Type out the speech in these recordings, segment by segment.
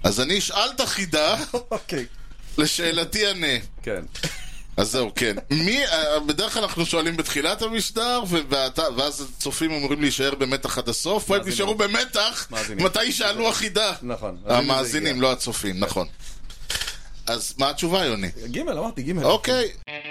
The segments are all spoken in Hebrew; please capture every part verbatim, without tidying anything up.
אז אני אשאל את החידה, אוקיי. לשאלתי ענה. כן. אז זהו, כן. מי, בדרך כלל אנחנו שואלים בתחילת המשדר, ואז הצופים אמורים להישאר במתח עד הסוף, והם נשארו במתח, מתי ישאלו החידה. נכון. המאזינים, לא הצופים, נכון. אז מה התשובה, יוני? ג' אמרתי, ג'. אוקיי.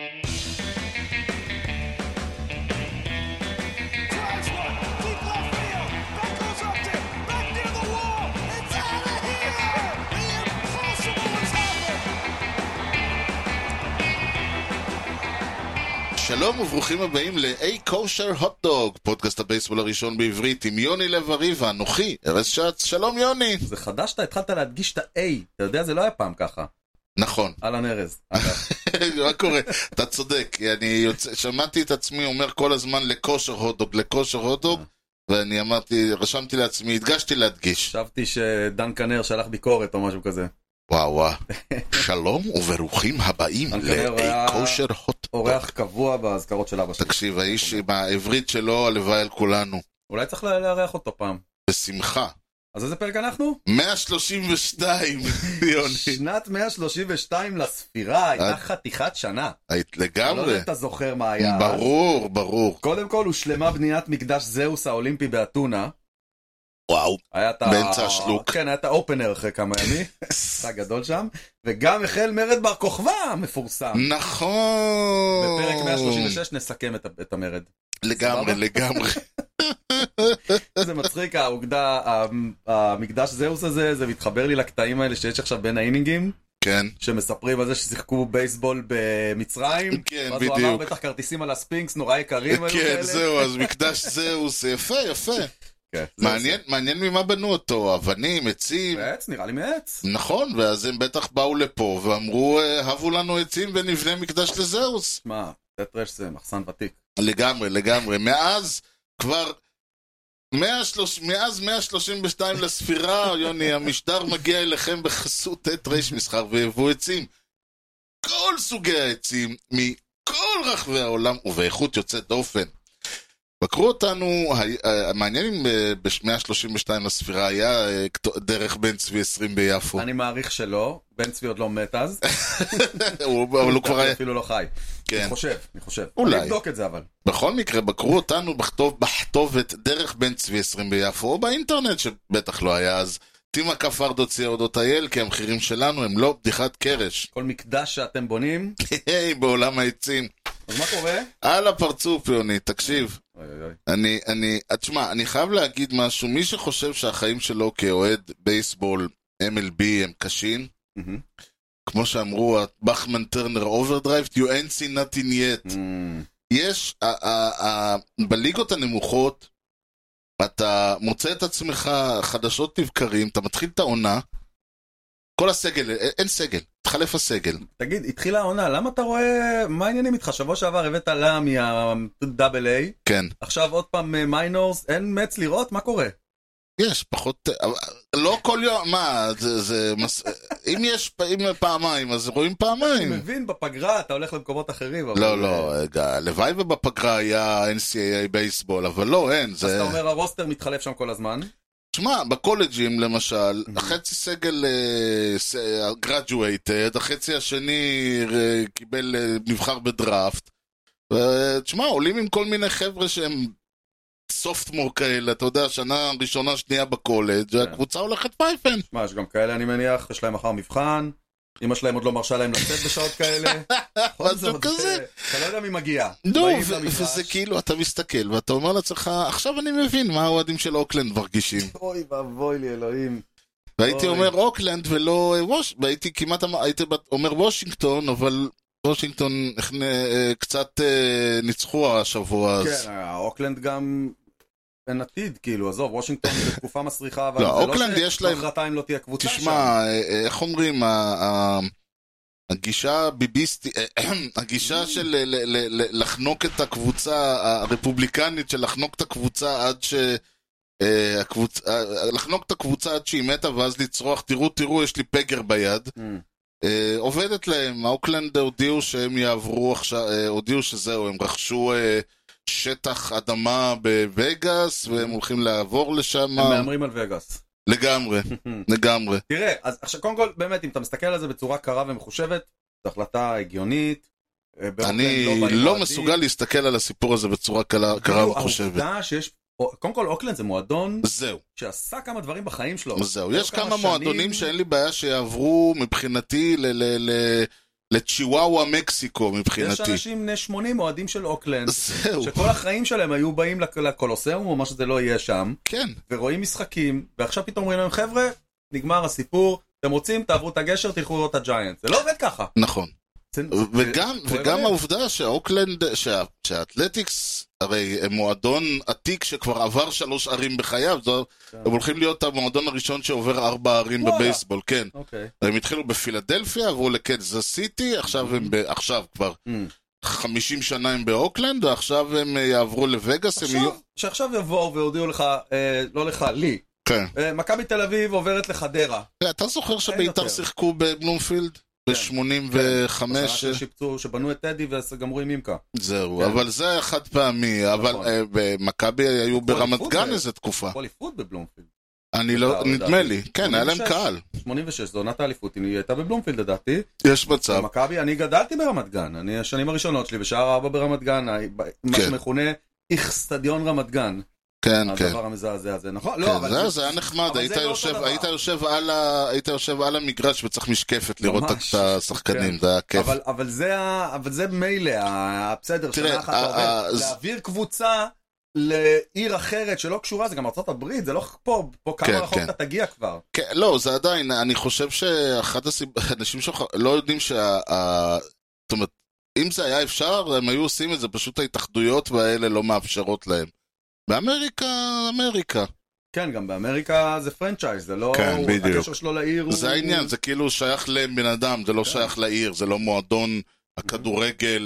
שלום וברוכים הבאים ל-A Kosher Hot Dog, פודקאסט הבייסבול הראשון בעברית עם יוני לב-ארי ואנוכי, ארז שץ. שלום יוני. זה חדש שאתה התחלת להדגיש את ה-A, אתה יודע, זה לא היה פעם ככה. נכון. אהלן ארז. מה קורה? אתה צודק, אני יוצא, שמעתי את עצמי אומר כל הזמן לקושר הוטדוג, לקושר הוטדוג, ואני אמרתי, רשמתי לעצמי, הדגשתי להדגיש. חשבתי שדן קנר שלח ביקורת או משהו כזה. וואו וואו. שלום וברוכים הבאים ל-A Kosher Hot Dog. אורח קבוע בהזכרות של אבא שלי. תקשיב, האיש עם העברית שלו, הלוואי על כולנו. אולי צריך לארח אותו פעם. בשמחה. אז איזה פרק אנחנו? מאה שלושים ושתיים, יוני. שנת מאה שלושים ושתיים לספירה, הייתה חתיכת שנה. היית לגמרי. לא יודע אם אתה זוכר מה היה. ברור, ברור. קודם כל, הושלמה בניית מקדש זהוס האולימפי באתונה. וואו, באמצע השלוק. כן, היה את האופנר אחרי כמה ימים. היה גדול שם. וגם החל מרד בר כוכבא המפורסם. נכון. בפרק מאה שלושים ושש נסכם את המרד. לגמרי, לגמרי. זה מצחיק, העוגדה, המקדש זהוס הזה, זה מתחבר לי לקטעים האלה שיש עכשיו בין האינינגים. כן. שמספרים על זה ששיחקו בייסבול במצרים. כן, ואז בדיוק. הוא אמר בטח כרטיסים על הספינקס, נורא יקרים. כן, זהו, אז מקדש זהוס, יפה, יפה. כן, מעניין, מעניין ממה בנו אותו, אבנים, עצים. מעץ, נראה לי מעץ. נכון, ואז הם בטח באו לפה ואמרו, הבו לנו עצים ונבנה מקדש לזהוס. מה, טטרש זה מחסן ותיק. לגמרי, לגמרי. מאז כבר, מאז מאה שלושים ושתיים לספירה, יוני, המשדר מגיע אליכם בחסות טטרש מסחר ויבוא עצים. כל סוגי העצים, מכל רחבי העולם, ובאיכות יוצאת דופן. בקרו אותנו, המעניין אם ב-מאה שלושים ושתיים לספירה היה דרך בן צבי עשרים ביפו. אני מעריך שלא, בן צבי עוד לא מת אז. אבל הוא כבר היה... אפילו לא חי. אני חושב, אני חושב. אולי. אני אבדוק את זה אבל. בכל מקרה, בקרו אותנו בכתובת דרך בן צבי עשרים ביפו, או באינטרנט שבטח לא היה אז. תימה כפר דו צי או דו טייל, כי המחירים שלנו הם לא בדיחת קרש. כל מקדש שאתם בונים. היי, בעולם העצים. אז מה קורה? על הפרצוף, יוני, תקשיב. אוי, אוי, אוי. אני, אני, תשמע, אני חייב להגיד משהו, מי שחושב שהחיים שלו כאוהד בייסבול, אם אל בי, הם קשים, Mhm. כמו שאמרו, בחמן טרנר אוברדרייב, you ain't seen nothing yet. Mm. יש, ה, ה, ה, בליגות הנמוכות, אתה מוצא את עצמך חדשות לבקרים, אתה מתחיל את העונה, כל הסגל, אין סגל, תחלף הסגל. תגיד, התחילה העונה, למה אתה רואה, מה העניינים איתך? שבוע שעבר הבאת לה מה-דאבל איי, כן. עכשיו עוד פעם מיינורס, אין מצ לראות? מה קורה? יש, פחות, לא כל יום, מה, זה, זה, אם יש אם פעמיים, אז רואים פעמיים. אני מבין, בפגרה אתה הולך למקומות אחרים. לא, לא, לוואי ובפגרה היה אן סי איי איי בייסבול, אבל לא, אין. אז אתה אומר, הרוסטר מתחלף שם כל הזמן? תשמע, בקולג'ים למשל, החצי סגל גרדואייטד, החצי השני קיבל נבחר בדראפט, ותשמע, עולים עם כל מיני חבר'ה שהם סופטמור כאלה, אתה יודע, שנה ראשונה, שנייה בקולג', והקבוצה הולכת פייפן. מה, יש גם כאלה אני מניח, יש להם מחר מבחן, אמא שלהם עוד לא מרשה להם לצאת בשעות כאלה. משהו כזה. אתה לא יודע מי מגיע. נו, וזה כאילו, אתה מסתכל, ואתה אומר לעצמך, עכשיו אני מבין מה האוהדים של אוקלנד מרגישים. אוי ואבוי לי אלוהים. והייתי אומר אוקלנד ולא ווש, והייתי כמעט, הייתי אומר וושינגטון, אבל וושינגטון קצת ניצחו השבוע אז. כן, אוקלנד גם אין עתיד, כאילו, עזוב, וושינגטון בתקופה מסריחה, אבל לא, זה אוקלנד לא יש להם... שמחרתיים לא תהיה קבוצה שם. תשמע, איך אומרים, הגישה הביביסטית, הגישה של לחנוק את הקבוצה הרפובליקנית, של לחנוק את הקבוצה עד ש... לחנוק את הקבוצה עד שהיא מתה, ואז לצרוח, תראו, תראו, יש לי פגר ביד. עובדת להם, האוקלנד הודיעו שהם יעברו עכשיו, הודיעו שזהו, הם רכשו שטח אדמה בווגאס, והם הולכים לעבור לשם. הם מאמרים על וגאס. לגמרי, לגמרי. תראה, אז עכשיו קודם כל, באמת, אם אתה מסתכל על זה בצורה קרה ומחושבת, זו החלטה הגיונית. אני לא מסוגל להסתכל על הסיפור הזה בצורה קרה ומחושבת. העובדה שיש, קודם כל אוקלנד זה מועדון זהו. שעשה כמה דברים בחיים שלו. זהו, יש כמה מועדונים שאין לי בעיה שיעברו מבחינתי לצ'יוואווה מקסיקו מבחינתי. יש אנשים בני שמונים מועדים של אוקלנד, זהו. שכל החיים שלהם היו באים לקולוסיאום או מה שזה לא יהיה שם, כן. ורואים משחקים, ועכשיו פתאום אומרים להם, חבר'ה, נגמר הסיפור, אתם רוצים, תעברו את הגשר, תלכו לראות את הג'יינט. זה לא עובד ככה. נכון. וגם, וגם העובדה שהאוקלנד, שהאתלטיקס, הרי הם מועדון עתיק שכבר עבר שלוש ערים בחייו, הם הולכים להיות המועדון הראשון שעובר ארבע ערים בבייסבול, כן. הם התחילו בפילדלפיה, עברו לקנזס סיטי, עכשיו הם, עכשיו כבר חמישים שנה הם באוקלנד, ועכשיו הם יעברו לווגאס. שעכשיו יבואו והודיעו לך, לא לך, לי. מכבי תל אביב עוברת לחדרה. אתה זוכר שביתר שיחקו בבלומפילד? ב-שמונים וחמש שבנו את טדי וגמרו עם אימקה. זהו, אבל זה היה חד פעמי, אבל במכבי היו ברמת גן איזה תקופה. אליפות בבלומפילד. אני לא, נדמה לי, כן, היה להם קהל. שמונים ושש, זו עונת האליפות, היא הייתה בבלומפילד לדעתי. יש מצב. במכבי, אני גדלתי ברמת גן, אני השנים הראשונות שלי בשער ארבע ברמת גן, מה שמכונה איכסטדיון רמת גן. כן, כן. הדבר המזעזע הזה, נכון? כן, זה, זה היה נחמד, היית יושב, היית יושב על ה, היית יושב על המגרש וצריך משקפת לראות את השחקנים, זה היה כיף. אבל, אבל זה, אבל זה מילא, בסדר, שנה אחת עובד, להעביר קבוצה לעיר אחרת שלא קשורה, זה גם ארצות הברית, זה לא פה, פה כמה רחוק אתה תגיע כבר. כן, לא, זה עדיין, אני חושב שאחד האנשים לא יודעים שה, זאת אומרת, אם זה היה אפשר, הם היו עושים את זה, פשוט ההתאחדויות והאלה לא מאפשרות להם. באמריקה, אמריקה. כן, גם באמריקה זה פרנצ'ייז, זה לא... כן, בדיוק. הקשר שלו לעיר הוא... זה העניין, זה כאילו שייך לבן אדם, זה לא שייך לעיר, זה לא מועדון הכדורגל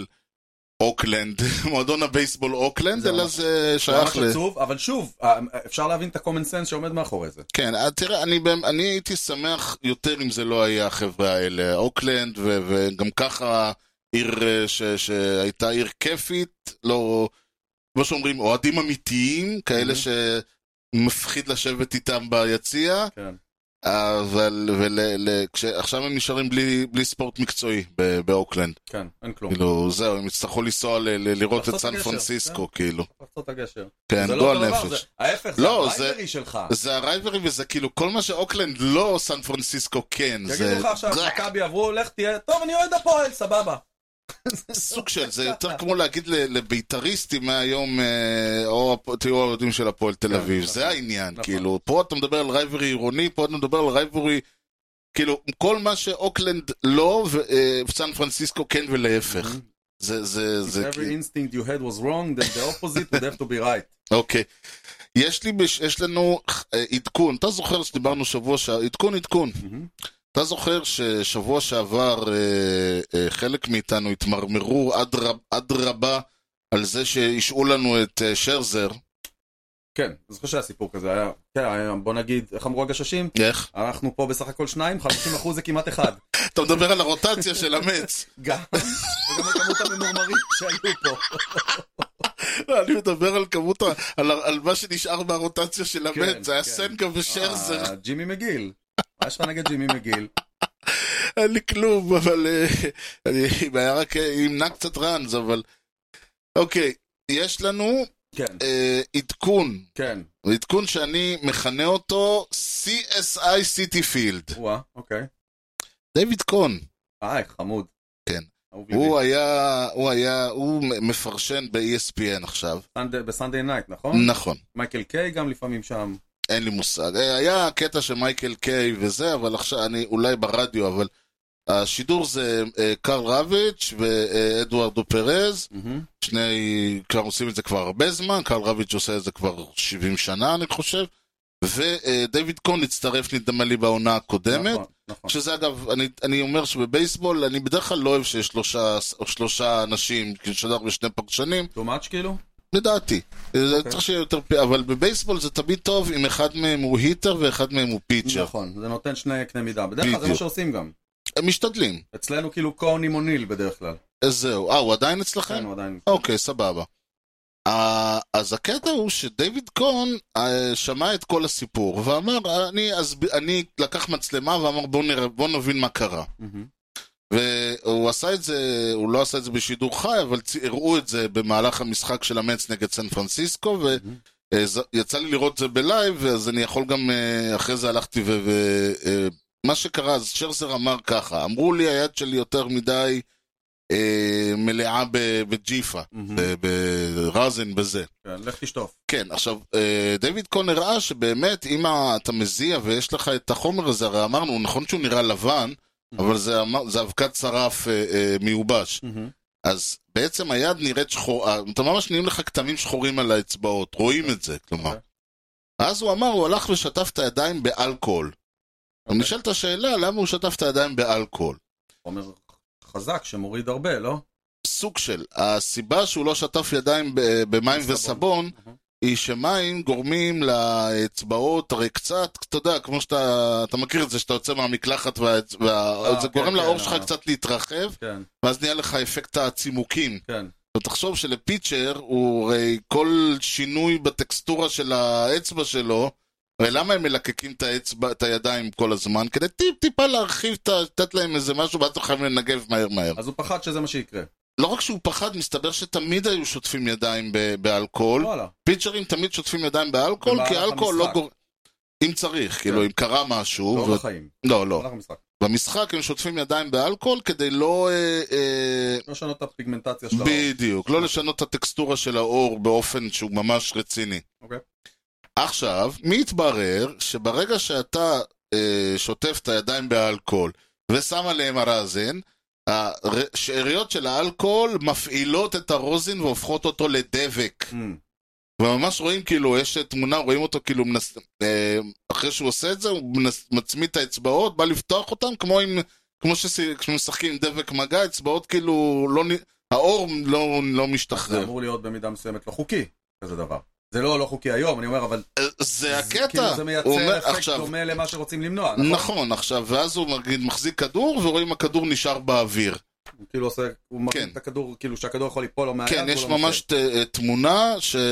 אוקלנד, מועדון הבייסבול אוקלנד, אלא זה שייך ל... אבל שוב, אפשר להבין את ה-common sense שעומד מאחורי זה. כן, תראה, אני הייתי שמח יותר אם זה לא היה החבר'ה האלה, אוקלנד, וגם ככה עיר שהייתה עיר כיפית, לא... כמו שאומרים, אוהדים אמיתיים, כאלה שמפחיד לשבת איתם ביציע, אבל עכשיו הם נשארים בלי ספורט מקצועי באוקלנד. כן, אין כלום. כאילו, זהו, הם יצטרכו לנסוע לראות את סן פרנסיסקו, כאילו. לחצות הגשר. כן, גול נפש. ההפך, זה הרייברי שלך. זה הרייברי, וזה כאילו, כל מה שאוקלנד לא, סן פרנסיסקו כן. יגידו לך עכשיו, מכבי עברו, לך תהיה, טוב, אני אוהד הפועל, סבבה. סוג של, זה יותר כמו להגיד לביתריסטים מהיום, או תהיו העודים של הפועל תל אביב, זה העניין, כאילו, פה אתה מדבר על רייברי עירוני, פה אתה מדבר על רייברי, כאילו, כל מה שאוקלנד לא, וסן פרנסיסקו כן ולהפך. זה, זה, זה... If every instinct you had was wrong, then the opposite would have to be right. אוקיי. יש לי, יש לנו עדכון, אתה זוכר שדיברנו שבוע שעבר, עדכון, עדכון. אתה זוכר ששבוע שעבר אה, אה, חלק מאיתנו התמרמרו עד, רב, עד רבה על זה שישעו לנו את אה, שרזר? כן, אני זוכר שהסיפור כזה היה, כן, היה, בוא נגיד, איך אמרו הגששים? איך? אנחנו פה בסך הכל שניים, חמישים אחוז זה כמעט אחד. אתה מדבר על הרוטציה של המץ. גם, וגם על כמות הממורמרים שהיו פה. לא, אני מדבר על כמות, על, על מה שנשאר מהרוטציה של המץ, כן, זה היה כן. סנגה ושרזר. אה, ג'ימי מגיל. מה יש לך נגד ג'ימי מגיל? אין לי כלום, אבל אני היה רק ימנע קצת רנז, אבל אוקיי, יש לנו עדכון, עדכון שאני מכנה אותו סי אס איי City Field. וואה, אוקיי. דיוויד קון. אה, חמוד. כן. הוא היה, הוא היה, הוא מפרשן ב-E S P N עכשיו. בסנדיי נייט, נכון? נכון. מייקל קיי גם לפעמים שם. אין לי מושג. היה קטע של מייקל קיי וזה, אבל עכשיו אני אולי ברדיו, אבל השידור זה קרל רביץ' ואדוארדו פרז, שני, כבר עושים את זה כבר הרבה זמן, קרל רביץ' עושה את זה כבר שבעים שנה אני חושב, ודייוויד קון הצטרף נדמה לי בעונה הקודמת, שזה אגב, אני, אני אומר שבבייסבול אני בדרך כלל לא אוהב שיש שלושה, שלושה אנשים, כי שדר בשני פרשנים. too much כאילו? לדעתי, צריך שיהיה יותר פי, אבל בבייסבול זה תמיד טוב אם אחד מהם הוא היטר ואחד מהם הוא פיצ'ר. נכון, זה נותן שני קנה מידה, בדרך כלל זה מה שעושים גם. הם משתדלים. אצלנו כאילו קוני מוניל בדרך כלל. זהו, אה, הוא עדיין אצלכם? כן, הוא עדיין. אוקיי, סבבה. אז הקטע הוא שדייוויד קון שמע את כל הסיפור, ואמר, אני, אז, אני לקח מצלמה ואמר, בוא, נראה, בוא נבין מה קרה. והוא עשה את זה, הוא לא עשה את זה בשידור חי, אבל הראו את זה במהלך המשחק של המץ נגד סן פרנסיסקו, ויצא לי לראות את זה בלייב, אז אני יכול גם, אחרי זה הלכתי ו... מה שקרה, אז שרזר אמר ככה, אמרו לי היד שלי יותר מדי אה, מלאה בג'יפה, ברזן בזה. כן, לך תשטוף. כן, עכשיו, אה, דיוויד קון הראה שבאמת, אם אתה מזיע ויש לך את החומר הזה, הרי אמרנו, נכון שהוא נראה לבן, אבל זה, זה אבקת שרף אה, אה, מיובש. אז בעצם היד נראית שחור, אתה ממש נראים לך כתמים שחורים על האצבעות, רואים את זה, כלומר. אז הוא אמר, הוא הלך ושטף את הידיים באלכוהול. אני נשאל את השאלה, למה הוא שטף את הידיים באלכוהול? חומר חזק שמוריד הרבה, לא? סוג של. הסיבה שהוא לא שטף ידיים במים וסבון, היא שמים גורמים לאצבעות, הרי קצת, אתה יודע, כמו שאתה, אתה מכיר את זה, שאתה יוצא מהמקלחת, וזה גורם לאור שלך קצת להתרחב, ואז נהיה לך אפקט הצימוקים. כן. ותחשוב שלפיצ'ר, הוא הרי כל שינוי בטקסטורה של האצבע שלו, הרי למה הם מלקקים את האצבע, את הידיים כל הזמן? כדי טיפ טיפה להרחיב, לתת להם איזה משהו, ואז תוכל לנגב מהר מהר. אז הוא פחד שזה מה שיקרה. לא רק שהוא פחד, מסתבר שתמיד היו שוטפים ידיים באלכוהול. וואלה. פיצ'רים תמיד שוטפים ידיים באלכוהול, כי אלכוהול לא גור... אם צריך, כאילו, אם קרה משהו... לא בחיים. לא, לא. במשחק הם שוטפים ידיים באלכוהול כדי לא... לא לשנות את הפיגמנטציה של האור. בדיוק, לא לשנות את הטקסטורה של האור באופן שהוא ממש רציני. אוקיי. עכשיו, מי יתברר שברגע שאתה אה, שוטף את הידיים באלכוהול ושם עליהם הרזן, השאריות של האלכוהול מפעילות את הרוזן והופכות אותו לדבק. Mm. וממש רואים כאילו, יש תמונה, רואים אותו כאילו, מנס, אה, אחרי שהוא עושה את זה, הוא מנס, מצמיד את האצבעות, בא לפתוח אותם, כמו, עם, כמו שמשחקים עם דבק מגע, אצבעות כאילו, לא, האור לא, לא משתחרר. זה אמור להיות במידה מסוימת לא חוקי, כזה דבר. זה לא לא חוקי היום, אני אומר, אבל... זה הקטע. כאילו זה מייצר אפקט דומה למה שרוצים למנוע, נכון? נכון, עכשיו, ואז הוא מחזיק כדור, ורואים הכדור נשאר באוויר. הוא כאילו עושה, הוא מחזיק את הכדור, כאילו שהכדור יכול ליפול או מהיד. כן, יש ממש תמונה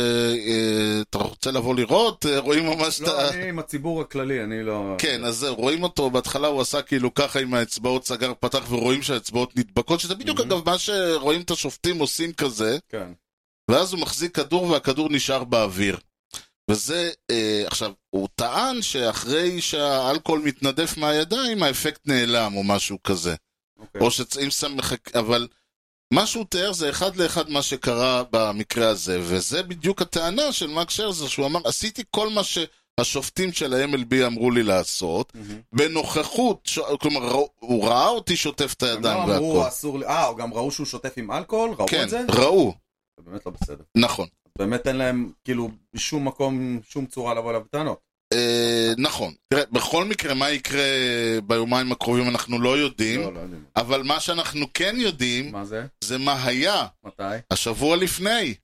שאתה רוצה לבוא לראות, רואים ממש... לא, אני עם הציבור הכללי, אני לא... כן, אז רואים אותו, בהתחלה הוא עשה כאילו ככה עם האצבעות, סגר פתח, ורואים שהאצבעות נדבקות, שזה בדיוק אגב מה שרואים את השופטים עושים כזה. כן. ואז הוא מחזיק כדור והכדור נשאר באוויר. וזה, אה, עכשיו, הוא טען שאחרי שהאלכוהול מתנדף מהידיים, האפקט נעלם או משהו כזה. Okay. או שאם שם מחק... אבל מה שהוא תיאר זה אחד לאחד מה שקרה במקרה הזה, וזה בדיוק הטענה של מקס שרזר, שהוא אמר, עשיתי כל מה שהשופטים של ה-אם אל בי אמרו לי לעשות, mm-hmm. בנוכחות, ש... כלומר, הוא ראה אותי שוטף את הידיים והכל. אמרו, אסור לי... אה, גם ראו שהוא שוטף עם אלכוהול? ראו כן, את זה? כן, ראו. זה באמת לא בסדר. נכון. באמת אין להם, כאילו, בשום מקום, שום צורה לבוא אליו בטענות. אה, נכון. תראה, בכל מקרה, מה יקרה ביומיים הקרובים אנחנו לא יודעים, לא, לא יודעים. אבל מה שאנחנו כן יודעים, מה זה? זה מה היה. מתי? השבוע לפני.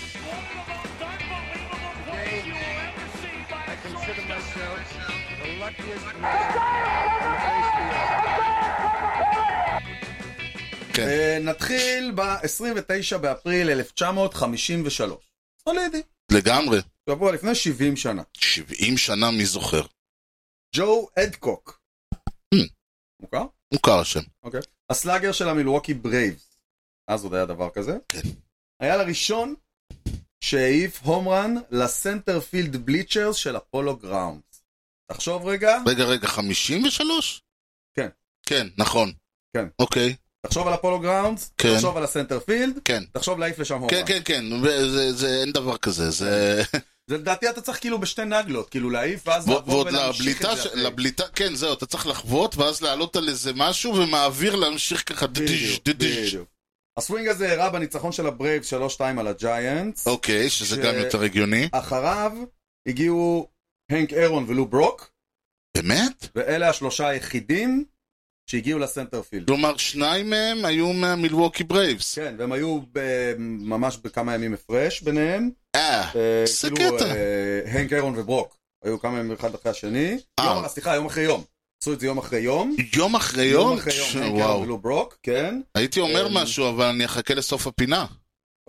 כן. נתחיל ב-עשרים ותשעה באפריל אלף תשע מאות חמישים ושלוש. סולידי. לגמרי. שבוע לפני שבעים שנה. שבעים שנה מי זוכר? ג'ו אדקוק. מוכר? מוכר השם. אוקיי. הסלאגר של המילווקי ברייבס. אז עוד היה דבר כזה. כן. היה לראשון שהעיף הומרן לסנטר פילד בליצ'רס של אפולו גראונדס. תחשוב רגע. רגע, רגע, חמישים ושלוש? כן. כן, נכון. כן. אוקיי. תחשוב על אפולו גראונדס, כן. תחשוב על הסנטר פילד, כן. תחשוב להעיף לשם הומרן. כן, כן, כן, זה, זה, אין דבר כזה, זה... זה לדעתי אתה צריך כאילו בשתי נגלות, כאילו להעיף ואז ו- לעבור ולהמשיך את זה. ש... לבליטה, כן, זהו, אתה צריך לחוות ואז לעלות על איזה משהו ומעביר להמשיך ככה דדיש, דדיש. הסווינג הזה הראה בניצחון של הברייבס שלוש שתיים על הג'יינטס. אוקיי, שזה ש... גם יותר הגיוני. אחריו הגיעו הנק אירון ולו ברוק. באמת? ואלה השלושה היחידים שהגיעו לסנטר פילד. כלומר, שניים מהם היו מהמילווקי ברייבס. כן, והם היו ב- ממש בכמה ימים הפרש ביניהם. אה, זה כאילו, קטע. הנק אירון וברוק. היו כמה ימים אחד אחרי השני. יום, סליחה, יום אחרי יום. עשו את זה יום אחרי יום. יום אחרי יום? יום אחרי יום, הנק אירון ולו ברוק, כן. הייתי אומר משהו, אבל אני אחכה לסוף הפינה.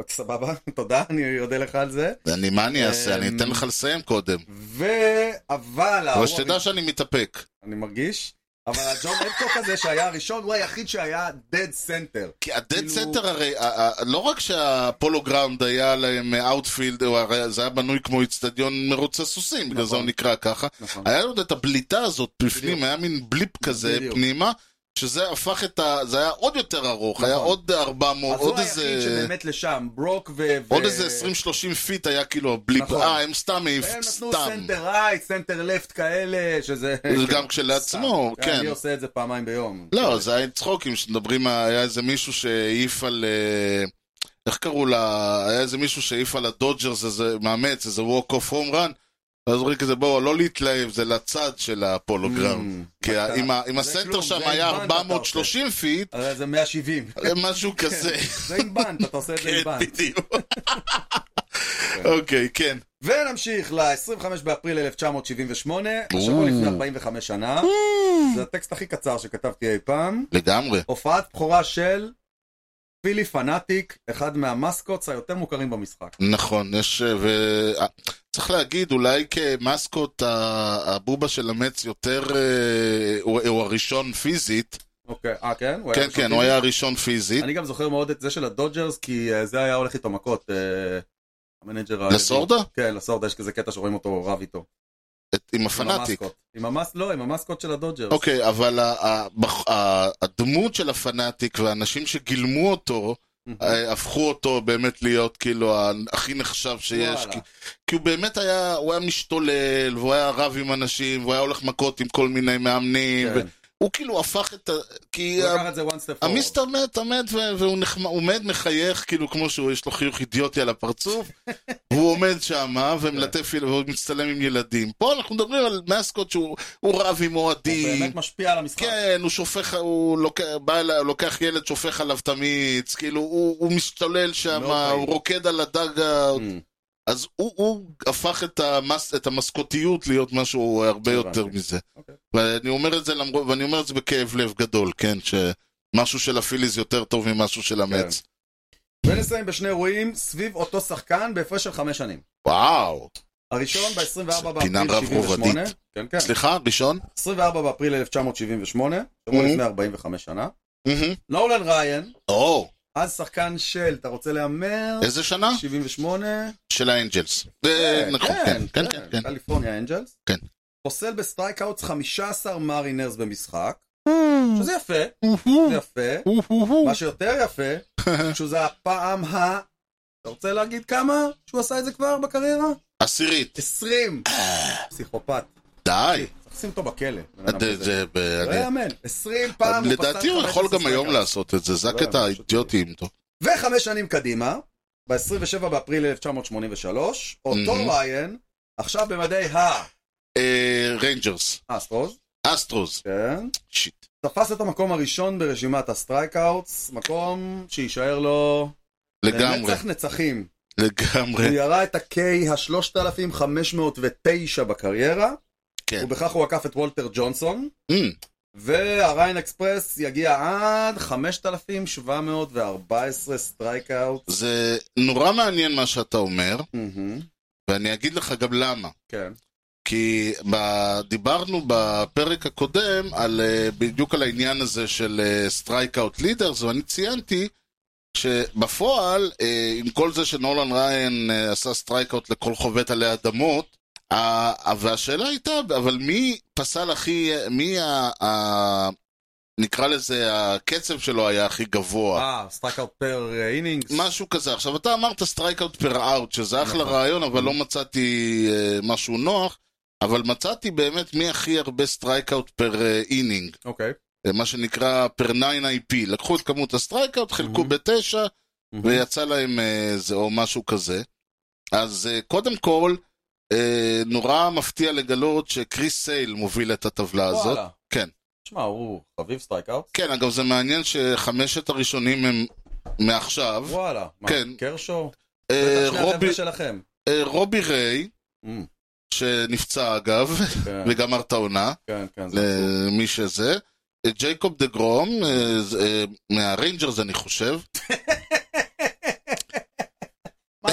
סבבה, תודה, אני יודע לך על זה. אני, מה אני אעשה? אני אתן לך לסיים קודם. ו... אבל... אבל שתדע שאני מתאפק. אני מרגיש. אבל הג'ון אדקוק הזה שהיה הראשון, הוא היחיד שהיה dead center. כי ה-dead center הרי, לא רק שהפולו גראונד היה להם אאוטפילד, זה היה בנוי כמו אצטדיון מרוץ הסוסים, בגלל זה הוא נקרא ככה. היה לו את הבליטה הזאת בפנים, היה מין בליפ כזה פנימה, שזה הפך את ה... זה היה עוד יותר ארוך, היה עוד ארבע מאות, עוד איזה... אז הוא היחיד שבאמת לשם, ברוק ו... עוד איזה עשרים שלושים פיט היה כאילו הבליפ, אה, הם סתם, הם נתנו סנטר רייט, סנטר לפט כאלה, שזה... זה גם כשלעצמו, כן. אני עושה את זה פעמיים ביום. לא, זה היה צחוקים, שמדברים, היה איזה מישהו שהעיף על... איך קראו לה? היה איזה מישהו שהעיף על הדודג'רס, איזה מאמץ, איזה walk off home run, ואז אומרים כזה, בואו, לא להתלהב, זה לצד של הפולוגרם. כי אם הסנטר שם היה ארבע מאות ושלושים פיט, זה מאה שבעים. משהו כזה. זה עם בנט, אתה עושה את זה עם בנט. כן, בדיוק. אוקיי, כן. ונמשיך ל-עשרים וחמישה באפריל אלף תשע מאות שבעים ושמונה, השבוע לפני ארבעים וחמש שנה. זה הטקסט הכי קצר שכתבתי אי פעם. לגמרי. הופעת בכורה של... פילי פנאטיק, אחד מהמסקוטס היותר מוכרים במשחק. נכון, יש, וצריך להגיד, אולי כמסקוט, הבובה של המץ יותר, הוא הראשון פיזית. אוקיי, אה כן? כן, כן, הוא היה הראשון פיזית. אני גם זוכר מאוד את זה של הדודג'רס, כי זה היה הולך איתו מכות, המנג'ר... לסורדה? כן, לסורדה, יש כזה קטע שרואים אותו רב איתו. עם הפנאטיק. עם המס... לא, עם המסקוט של הדודג'רס. אוקיי, אבל הדמות של הפנאטיק והאנשים שגילמו אותו, הפכו אותו באמת להיות כאילו הכי נחשב שיש, כי הוא באמת היה, הוא היה משתולל, והוא היה רב עם אנשים, והוא היה הולך מכות עם כל מיני מאמנים, הוא כאילו הפך את ה... כי המיסטר מת, עמד והוא עומד מחייך, כאילו כמו שהוא, יש לו חיוך אידיוטי על הפרצוף, והוא עומד שם ומלטף והוא מצטלם עם ילדים. פה אנחנו מדברים על מסקוט שהוא רב עם אוהדים. הוא באמת משפיע על המשחק. כן, הוא שופך, הוא לוקח ילד, שופך עליו תמיץ, כאילו הוא משתולל שם, הוא רוקד על הדג. אז הוא, הוא הפך את, המס, את המסקוטיות להיות משהו הרבה יותר מזה. Okay. ואני אומר את זה למרות, ואני אומר את זה בכאב לב גדול, כן, שמשהו של הפיליז יותר טוב ממשהו של המץ. Okay. ונסיים בשני אירועים סביב אותו שחקן בהפרש של חמש שנים. וואו. הראשון ב-עשרים וארבעה באפריל שבעים ושמונה. כן, כן. סליחה, ראשון? עשרים וארבעה באפריל אלף תשע מאות שבעים ושמונה, שבוע לפני ארבעים וחמש שנה. נולן ריין. או. Oh. אז שחקן של, אתה רוצה לאמר? איזה שנה? שבעים ושמונה. של האנג'לס. נכון, כן, כן, כן. קליפורניה האנג'לס. כן. פוסל בסטרייקאוטס חמישה עשר מרינרס במשחק. שזה יפה. זה יפה. מה שיותר יפה, שזה הפעם ה... אתה רוצה להגיד כמה שהוא עשה את זה כבר בקריירה? עשירית. עשרים. פסיכופת. די. שים אותו בכלא. זה לא יאמן. עשרים פעם. לדעתי הוא יכול גם היום לעשות את זה. זה הקטע האידיוטי איתו. וחמש שנים קדימה, ב-עשרים ושבעה באפריל אלף תשע מאות שמונים ושלוש, אותו ריין, עכשיו במדי ה... ריינג'רס. אסטרוס. אסטרוס. כן. שיט. תפס את המקום הראשון ברשימת הסטרייקאוטס, מקום שישאר לו... לגמרי. נצח נצחים. לגמרי. הוא ירה את ה-K ה-שלושת אלפים חמש מאות ותשע בקריירה, כן. ובכך הוא עקף את וולטר ג'ונסון, והריין אקספרס יגיע עד חמשת אלפים שבע מאות וארבע עשרה סטרייקאוט. זה נורא מעניין מה שאתה אומר, ואני אגיד לך גם למה. כן. כי דיברנו בפרק הקודם על, בדיוק על העניין הזה של סטרייקאוט לידרס, ואני ציינתי שבפועל, עם כל זה שנולן ריין עשה סטרייקאוט לכל חובט עלי אדמות, והשאלה הייתה, אבל מי פסל הכי, מי ה... נקרא לזה, הקצב שלו היה הכי גבוה. אה, סטרייקאוט פר אינינגס. משהו כזה. עכשיו, אתה אמרת סטרייקאוט פר אאוט, שזה אחלה רעיון, אבל לא מצאתי משהו נוח, אבל מצאתי באמת מי הכי הרבה סטרייקאוט פר אינינג. אוקיי. מה שנקרא פר תשע איי פי. לקחו את כמות הסטרייקאוט, חילקו בתשע, ויצא להם זה או משהו כזה. אז קודם כל, נורא מפתיע לגלות שקריס סייל מוביל את הטבלה הזאת. כן. תשמע, הוא חביב סטרייקאוט. כן, אגב זה מעניין שחמשת הראשונים הם מעכשיו. וואלה. כן. קרשו? רובי שלכם. רובי ריי, שנפצע אגב, וגמר את העונה. כן, כן. למי שזה. ג'ייקוב דה גרום, מהריינג'רס אני חושב.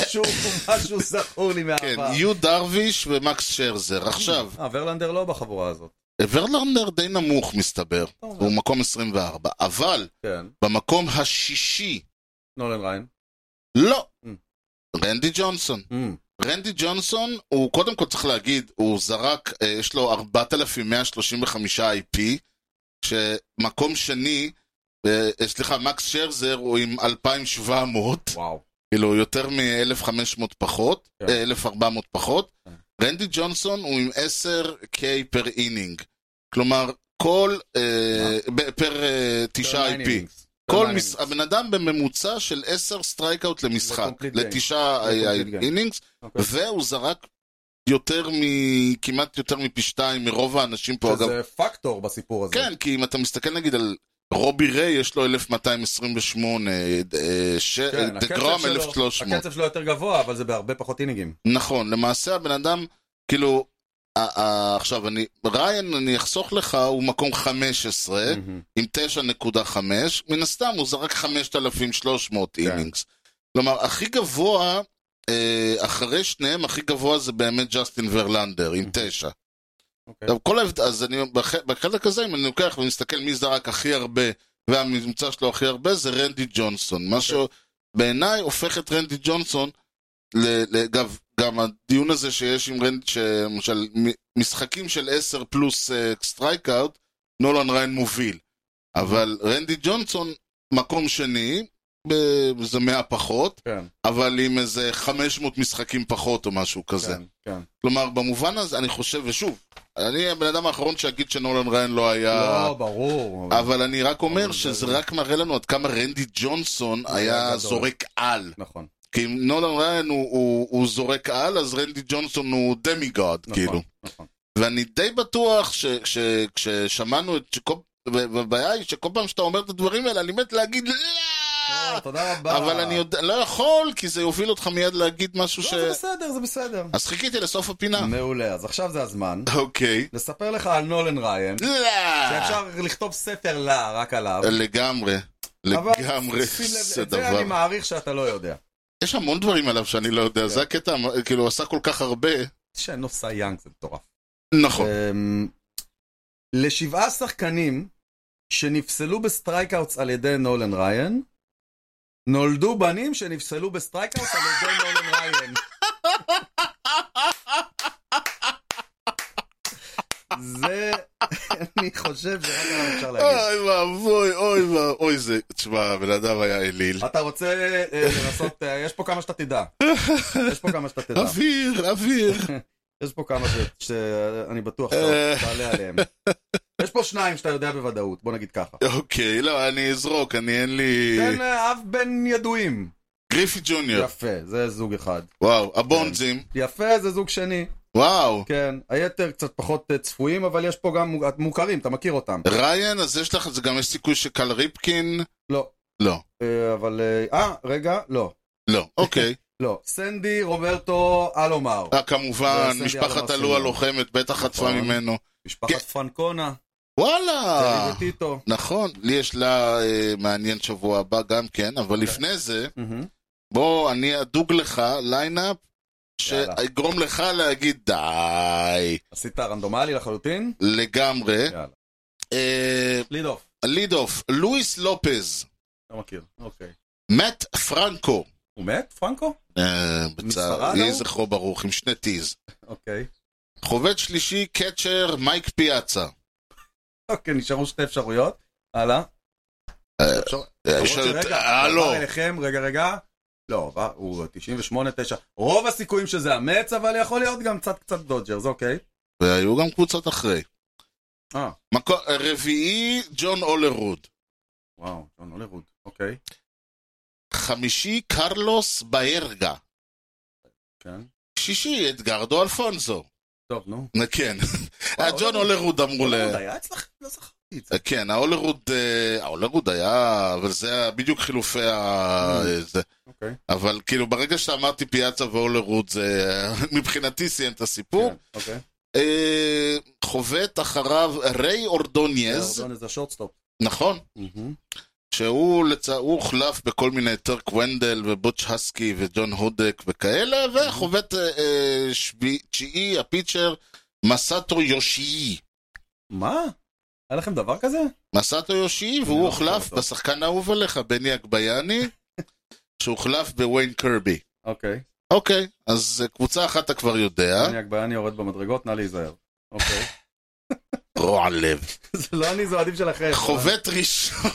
משהו, משהו זכור לי כן, מהעבר. יו דרוויש ומקס שרזר. עכשיו, אה, ורלנדר לא בחבורה הזאת. ורלנדר די נמוך מסתבר, הוא מקום עשרים וארבע, אבל כן. במקום השישי, נולן ריין. לא, Mm. רנדי ג'ונסון. Mm. רנדי ג'ונסון, הוא קודם כל צריך להגיד, הוא זרק, אה, יש לו ארבעת אלפים מאה שלושים וחמישה איי פי, שמקום שני, אה, סליחה, מקס שרזר הוא עם אלפיים ושבע מאות, וואו. כאילו יותר מ-אלף וחמש מאות פחות, כן. אה, אלף וארבע מאות פחות, כן. רנדי ג'ונסון הוא עם עשר קיי פר אינינג, כלומר, כל, אה, ב- פר אה, תשעה איי פי. כל מס... הבן אדם בממוצע של עשר סטרייקאוט למשחק, לתשעה אינינגס, והוא זרק יותר מ... כמעט יותר מפי שתיים מרוב האנשים פה, אגב. זה פקטור בסיפור הזה. כן, כי אם אתה מסתכל נגיד על רובי ריי, יש לו אלף מאתיים עשרים ושמונה, דגרם אלף ושלוש מאות. הקצב שלו יותר גבוה, אבל זה בהרבה פחות אינינגים. נכון, למעשה הבן אדם, כאילו, עכשיו, אני, ריין, אני אחסוך לך, הוא מקום חמש עשרה, עם תשע נקודה חמש, מן הסתם הוא זרק חמשת אלפים ושלוש מאות אינינגס. כלומר, הכי גבוה, אחרי שניהם, הכי גבוה זה באמת ג'סטין ורלנדר, עם תשע. כל ההבדל, אז אני, בחלק הזה, אם אני לוקח ומסתכל מי זרק הכי הרבה, והממצא שלו הכי הרבה, זה רנדי ג'ונסון. מה שבעיניי הופך את רנדי ג'ונסון, לגב, גם הדיון הזה שיש עם רנד, שמשל משחקים של עשר פלוס סטרייקאוט, נולן ריין מוביל. אבל רנדי ג'ונסון מקום שני, זה מאה פחות, כן. אבל עם איזה חמש מאות משחקים פחות או משהו כזה. כן, כן. כלומר, במובן הזה אני חושב, ושוב, אני הבן אדם האחרון שיגיד שנולן ריין לא היה... לא, ברור. אבל אני רק אומר שזה רק מראה לנו עד כמה רנדי ג'ונסון היה זורק על. נכון. כי אם נולן ריין הוא, הוא, הוא זורק על, אז רנדי ג'ונסון הוא דמיגוד, נכון, כאילו. נכון. ואני די בטוח שכששמענו את... והבעיה היא שכל פעם שאתה אומר את הדברים האלה, אני מת להגיד לא! תודה רבה. אבל אני יודע, לא יכול, כי זה יוביל אותך מיד להגיד משהו ש... לא, זה בסדר, זה בסדר. אז חיכיתי לסוף הפינה. מעולה, אז עכשיו זה הזמן. אוקיי. לספר לך על נולן ריין. לא! שאפשר לכתוב ספר לה, רק עליו. לגמרי. לגמרי. זה דבר. אני מעריך שאתה לא יודע. יש המון דברים עליו שאני לא יודע, זה הקטע, כאילו הוא עשה כל כך הרבה. שאינו סייאנג, זה מטורף. נכון. לשבעה שחקנים שנפסלו בסטרייקאוטס על ידי נולן ריין, נולדו בנים שנפסלו בסטרייקאוטס על ידי נולן ריין. זה, אני חושב שרק עליו אפשר להגיד. אוי ואבוי, אוי ואבוי, זה, תשמע, בן אדם היה אליל. אתה רוצה לנסות, יש פה כמה שאתה תדע. יש פה כמה שאתה תדע. אוויר, אוויר. יש פה כמה שאני בטוח שאתה תעלה עליהם. יש פה שניים שאתה יודע בוודאות, בוא נגיד ככה. אוקיי, לא, אני אזרוק, אני אין לי... תן אב בין ידועים. גריפי ג'וניור. יפה, זה זוג אחד. וואו, הבונזים. יפה, זה זוג שני. וואו. כן, היתר קצת פחות צפויים, אבל יש פה גם מוכרים, אתה מכיר אותם. ריין, אז יש לך, זה גם יש סיכוי שקל ריפקין? לא. לא. אבל, אה, רגע, לא. לא, אוקיי. לא, סנדי רוברטו אלומר. אה, כמובן, משפחת אלו הלוחמת, בטח חטפה ממנו. משפחת פרנקונה. וואלה. טיטו. נכון, לי יש לה מעניין שבוע הבא גם כן, אבל לפני זה, בוא, אני אדוג לך ליינאפ, שיגרום לך להגיד די. עשית רנדומלי לחלוטין? לגמרי. יאללה. ליד אוף. ליד אוף, לואיס לופז. לא מכיר, אוקיי. מאט פרנקו. הוא מת, פרנקו? בצער, יהיה זכרו ברוך, עם שני טיז. אוקיי. חובד שלישי, קצ'ר, מייק פיאצה. אוקיי, נשארו שתי אפשרויות. הלאה. הלו. רגע, רגע. לא, הוא תשעים ושמונה תשע. רוב הסיכויים שזה אמץ, אבל יכול להיות גם קצת קצת דודג'רס, אוקיי. והיו גם קבוצות אחרי. אה. רביעי, ג'ון אולרוד. וואו, ג'ון אולרוד, אוקיי. חמישי, קרלוס בארגה. כן. שישי, אדגרדו אלפונזו. טוב, נו. כן. ג'ון אולרוד אמרו ל... אולרוד היה אצלך? לא זכרתי את זה. כן, האולרוד, האולרוד היה, אבל זה היה בדיוק חילופי ה... אוקיי. אבל כאילו ברגע שאמרתי פיאצה ואולרוד, זה מבחינתי סיים את הסיפור. אוקיי. חובט אחריו ריי אורדוניאז. אורדוניאז השורטסטופ. נכון. שהוא לצ... הוא הוחלף בכל מיני טרק ונדל ובוטש הסקי וג'ון הודק וכאלה, וחובט אה, שבי... תשיעי, הפיצ'ר, מסאטו יושי. מה? היה לכם דבר כזה? מסאטו יושי, והוא הוחלף בשחקן האהוב עליך, בני אגבייני, שהוחלף בוויין קרבי. אוקיי. אוקיי, אז קבוצה אחת אתה כבר יודע. בני אגבייני יורד במדרגות, נא להיזהר. אוקיי. רוע לב. זה לא אני, זה עדיף שלכם. חובט ראשון.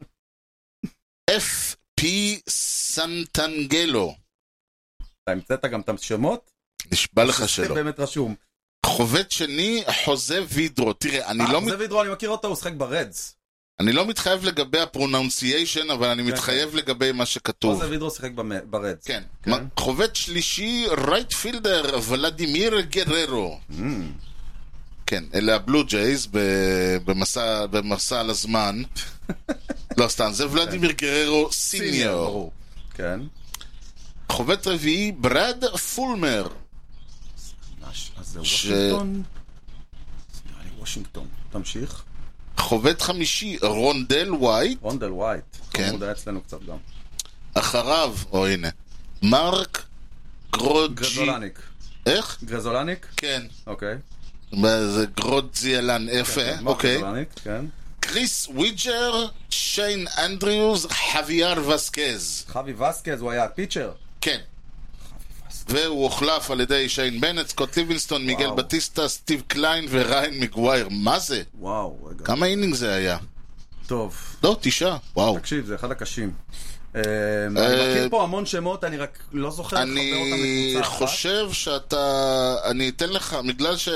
אף פי סנטנגלו. אתה המצאת גם את השמות? נשבע לך שלא. זה באמת רשום. חובט שני, חוזה וידרו. תראה, אני לא... חוזה וידרו, אני מכיר אותו, הוא שחק ברדס. אני לא מתחייב לגבי הפרונאונסיישן, אבל אני מתחייב לגבי מה שכתוב. חוזה וידרו שחק ברדס. כן. חובט שלישי, רייט פילדר, ולדימיר גררו. כן, אלה הבלו ג'ייז במסע על הזמן. לא סתם, זה ולדימיר גררו סיניור. כן. חובט רביעי, ברד פולמר. אז זה וושינגטון? נראה לי וושינגטון. תמשיך. חובט חמישי, רונדל ווייט. רונדל ווייט. כן. הוא יודע אצלנו קצת גם. אחריו, או הנה, מרק גרוג'י. גרזולניק. איך? גרזולניק? כן. אוקיי. זה גרוג'יאלן, יפה, אוקיי. גרזולניק, כן. קריס וויג'ר, שיין אנדריוז, חוויאר וסקז. חווי וסקז, הוא היה פיצ'ר. כן. והוא הוחלף על ידי שיין בנט, סקוט ליבינסטון, מיגל בטיסטה, סטיב קליין וריין מגווייר. מה זה? וואו, רגע. כמה אינינג זה היה? טוב. לא, תשעה. וואו. תקשיב, זה אחד הקשים. אני מכיר פה המון שמות, אני רק לא זוכר לחבר אותם לקבוצה אחת. אני חושב שאתה... אני אתן לך, בגלל ש...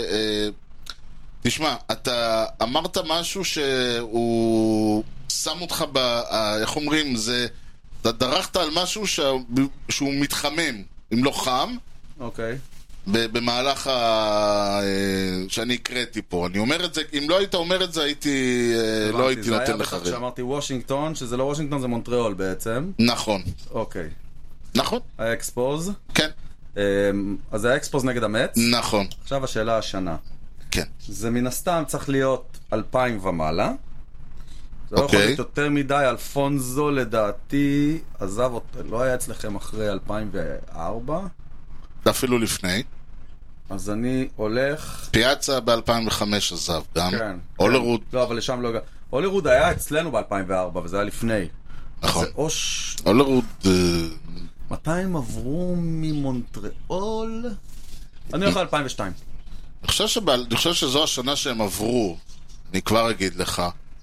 תשמע, אתה אמרת משהו שהוא שם אותך ב... איך אומרים? זה... אתה דרכת על משהו שהוא מתחמם, אם לא חם. אוקיי. במהלך ה... שאני הקראתי פה. אני אומר את זה, אם לא היית אומר את זה, הייתי... לא הייתי נותן לך. זה היה בטח שאמרתי וושינגטון, שזה לא וושינגטון, זה מונטריאול בעצם. נכון. אוקיי. נכון. האקספוז. כן. אז זה האקספוז נגד המץ. נכון. עכשיו השאלה השנה. כן. זה מן הסתם צריך להיות אלפיים ומעלה. זה לא יכול להיות יותר מדי. אלפונזו לדעתי עזב אותו, לא היה אצלכם אחרי אלפיים וארבע. אפילו לפני. אז אני הולך... פיאצה ב-אלפיים וחמש עזב גם. כן. אולרוד. לא, אבל לשם לא... אולרוד היה אצלנו ב-אלפיים וארבע, וזה היה לפני. נכון. אוש... אולרוד... מתי הם עברו ממונטריאול? אני הולך ל-אלפיים ושתיים. אני חושב שזו השנה שהם עברו. אני כבר אגיד לך.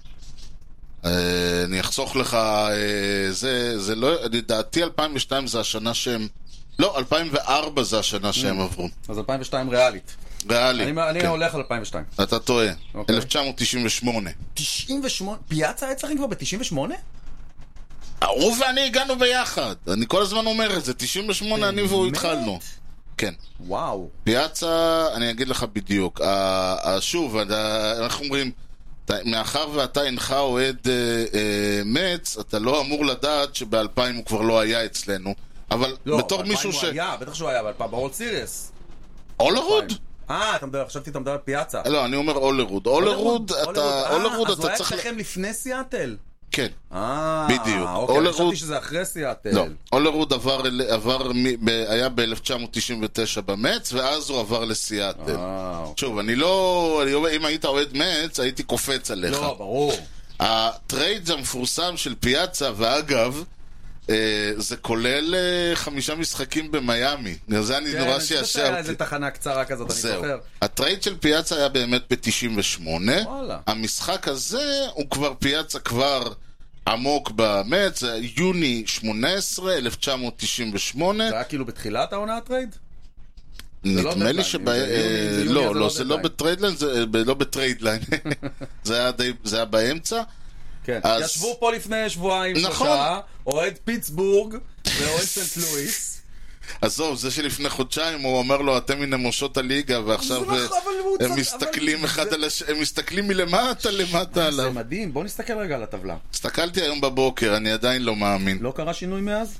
אני אחסוך לך... זה, זה לא... לדעתי אלפיים ושתיים זה השנה שהם... לא, אלפיים וארבע זה השנה שהם עברו. אז אלפיים ושתיים ריאלית. ריאלית. אני הולך על אלפיים ושתיים. אתה טועה. אלף תשע מאות תשעים ושמונה. תשעים ושמונה? פיאצה היה צריכים כבר ב-תשעים ושמונה? הוא ואני הגענו ביחד. אני כל הזמן אומר את זה. תשעים ושמונה אני והוא התחלנו. כן. וואו. פיאצה, אני אגיד לך בדיוק. שוב, אנחנו אומרים, מאחר ואתה אינך אוהד מצ, אתה לא אמור לדעת שב-אלפיים הוא כבר לא היה אצלנו. אבל בתור מישהו ש... לא, ב-אלפיים הוא היה, בטח שהוא היה ב-אלפיים, ברולד סיריוס. אולרוד? אה, אתה מדבר, חשבתי אתה מדבר על פיאצה. לא, אני אומר אולרוד. אולרוד, אתה... אולרוד, אז הוא היה צריך... אצלכם לפני סיאטל? כן. אה, בדיוק. אוקיי, אני חשבתי שזה אחרי סיאטל. לא, אולרוד עבר, היה ב-אלף תשע מאות תשעים ותשע במץ, ואז הוא עבר לסיאטל. שוב, אני לא... אם היית אוהד מצ, הייתי קופץ עליך. לא, ברור. הטרייד המפורסם של פיאצה, ואגב, זה כולל חמישה משחקים במיימי. זה אני נורא שישב. כן, איזה תחנה קצרה כזאת, אני זוכר. הטרייד של פיאצה היה באמת ב-תשעים ושמונה. המשחק הזה הוא כבר פיאצה כבר עמוק במץ, זה יוני שמונה עשרה, אלף תשע מאות תשעים ושמונה. זה היה כאילו בתחילת העונה הטרייד? נדמה לי שב... לא, לא, זה לא בטריידליין, זה לא בטריידליין. זה היה באמצע. כן, ישבו פה לפני שבועיים שלושה, אוהד פיטסבורג ואוהד סנט לואיס. עזוב, זה שלפני חודשיים הוא אומר לו, אתם מנמושות הליגה, ועכשיו הם מסתכלים אחד על השני, הם מסתכלים מלמטה למטה עליו. זה מדהים, בוא נסתכל רגע על הטבלה. הסתכלתי היום בבוקר, אני עדיין לא מאמין. לא קרה שינוי מאז?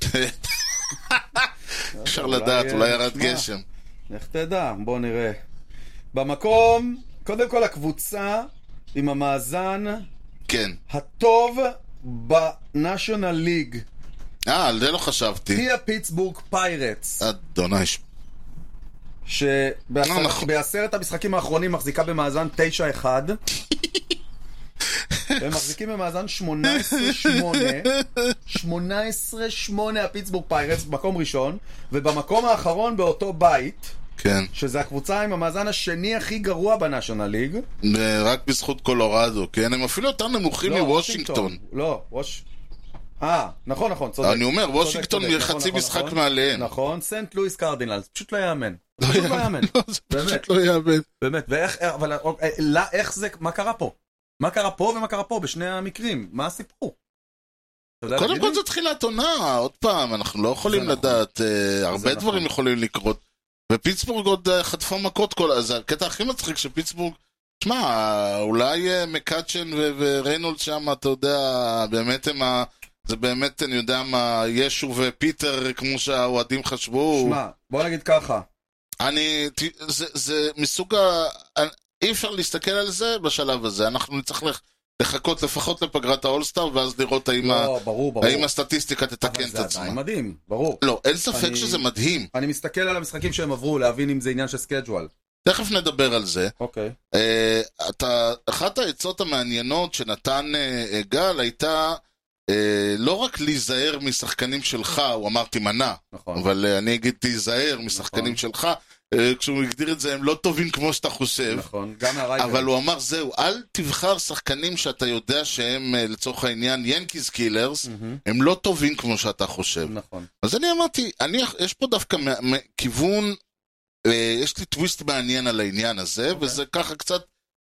אפשר לדעת, אולי ירד גשם. איך תדע, בוא נראה. במקום, קודם כל הקבוצה עם המאזן כן. הטוב בנשיונל ליג אה, על זה לא חשבתי. היא הפיטסבורג פיירטס, אדוני. שבעשרת המשחקים האחרונים מחזיקה במאזן תשע אחד. הם מחזיקים במאזן שמונה עשרה שמונה. שמונה עשרה שמונה הפיטסבורג פיירטס במקום ראשון, ובמקום האחרון באותו בית, כן. שזה הקבוצה עם המאזן השני הכי גרוע בנשיונל ליג. רק בזכות קולורדו, כן? הם אפילו יותר נמוכים מוושינגטון. לא, ווש... אה, נכון, נכון, צודק. אני אומר, וושינגטון חצי משחק מעליהם. נכון, סנט לואיס קרדינלס, פשוט לא יאמן. פשוט לא יאמן. זה פשוט לא יאמן. באמת, ואיך, אבל איך זה, מה קרה פה? מה קרה פה ומה קרה פה בשני המקרים? מה הסיפור? קודם כל זה תחילת עונה, עוד פעם, אנחנו לא יכולים לדעת, הרבה דברים יכולים לקרות. ופיטסבורג עוד חטפה מכות כל, אז הקטע הכי מצחיק שפיטסבורג, תשמע, אולי מקאצ'ן וריינולד שם, אתה יודע, באמת הם ה... זה באמת, אני יודע מה, ישו ופיטר, כמו שהאוהדים חשבו. שמע, בוא נגיד ככה. אני, זה, זה מסוג ה... אי אפשר להסתכל על זה בשלב הזה, אנחנו נצטרך לחכות לפחות לפגרת האולסטאר, ואז לראות האם, לא, ברור, ברור. האם הסטטיסטיקה תתקן את עצמה. אבל זה עדיין מדהים, ברור. לא, אין ספק אני... שזה מדהים. אני מסתכל על המשחקים שהם עברו, להבין אם זה עניין של סקייג'ואל. תכף נדבר על זה. אוקיי. Uh, אתה, אחת העצות המעניינות שנתן uh, גל הייתה uh, לא רק להיזהר משחקנים שלך, הוא אמר תימנע, נכון. אבל uh, אני אגיד תיזהר משחקנים נכון. שלך, uh, כשהוא הגדיר את זה הם לא טובים כמו שאתה חושב. נכון, גם מהרייטר. אבל הוא אמר זהו, אל תבחר שחקנים שאתה יודע שהם uh, לצורך העניין ינקיז קילרס, mm-hmm. הם לא טובים כמו שאתה חושב. נכון. אז אני אמרתי, אני, יש פה דווקא מ- מ- כיוון... יש לי טוויסט מעניין על העניין הזה, okay. וזה ככה קצת,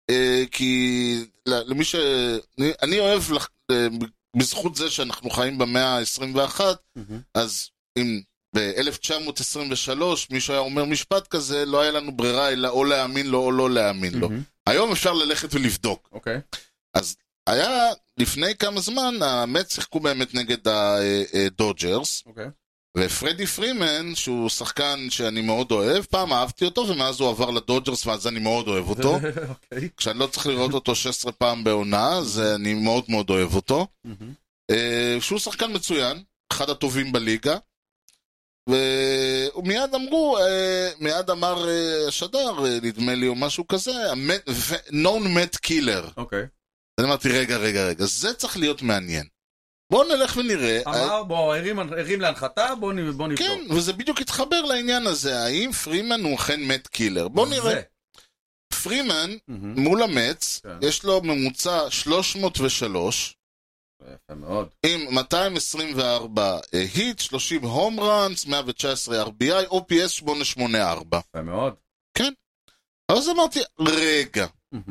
כי למי ש... אני אוהב, בזכות זה שאנחנו חיים במאה ה-עשרים ואחת, mm-hmm. אז אם ב-אלף תשע מאות עשרים ושלוש מישהו היה אומר משפט כזה, לא היה לנו ברירה אלא או להאמין לו או לא להאמין mm-hmm. לו. היום אפשר ללכת ולבדוק. אוקיי. Okay. אז היה לפני כמה זמן, המץ שיחקו באמת נגד הדודג'רס. אוקיי. Okay. ופרדי פרימן, שהוא שחקן שאני מאוד אוהב, פעם אהבתי אותו, ומאז הוא עבר לדודג'רס, ואז אני מאוד אוהב אותו. okay. כשאני לא צריך לראות אותו שש עשרה פעם בעונה, אז אני מאוד מאוד אוהב אותו. Mm-hmm. שהוא שחקן מצוין, אחד הטובים בליגה. ומיד אמרו, מיד אמר השדר, נדמה לי או משהו כזה, known met killer. אוקיי. אני אמרתי, רגע, רגע, רגע, זה צריך להיות מעניין. בואו נלך ונראה. אמר, בואו, הרים להנחתה, בואו נבדוק. כן, וזה בדיוק התחבר לעניין הזה. האם פרימן הוא אכן מת קילר? בואו נראה. פרימן, מול המץ, יש לו ממוצע שלוש מאות ושלוש. יפה מאוד. עם מאתיים עשרים וארבע היט, שלושים הום ראנס, מאה ותשע עשרה אר בי איי, או פי אס שמונה שמונה ארבע. יפה מאוד. כן. אז אמרתי, רגע.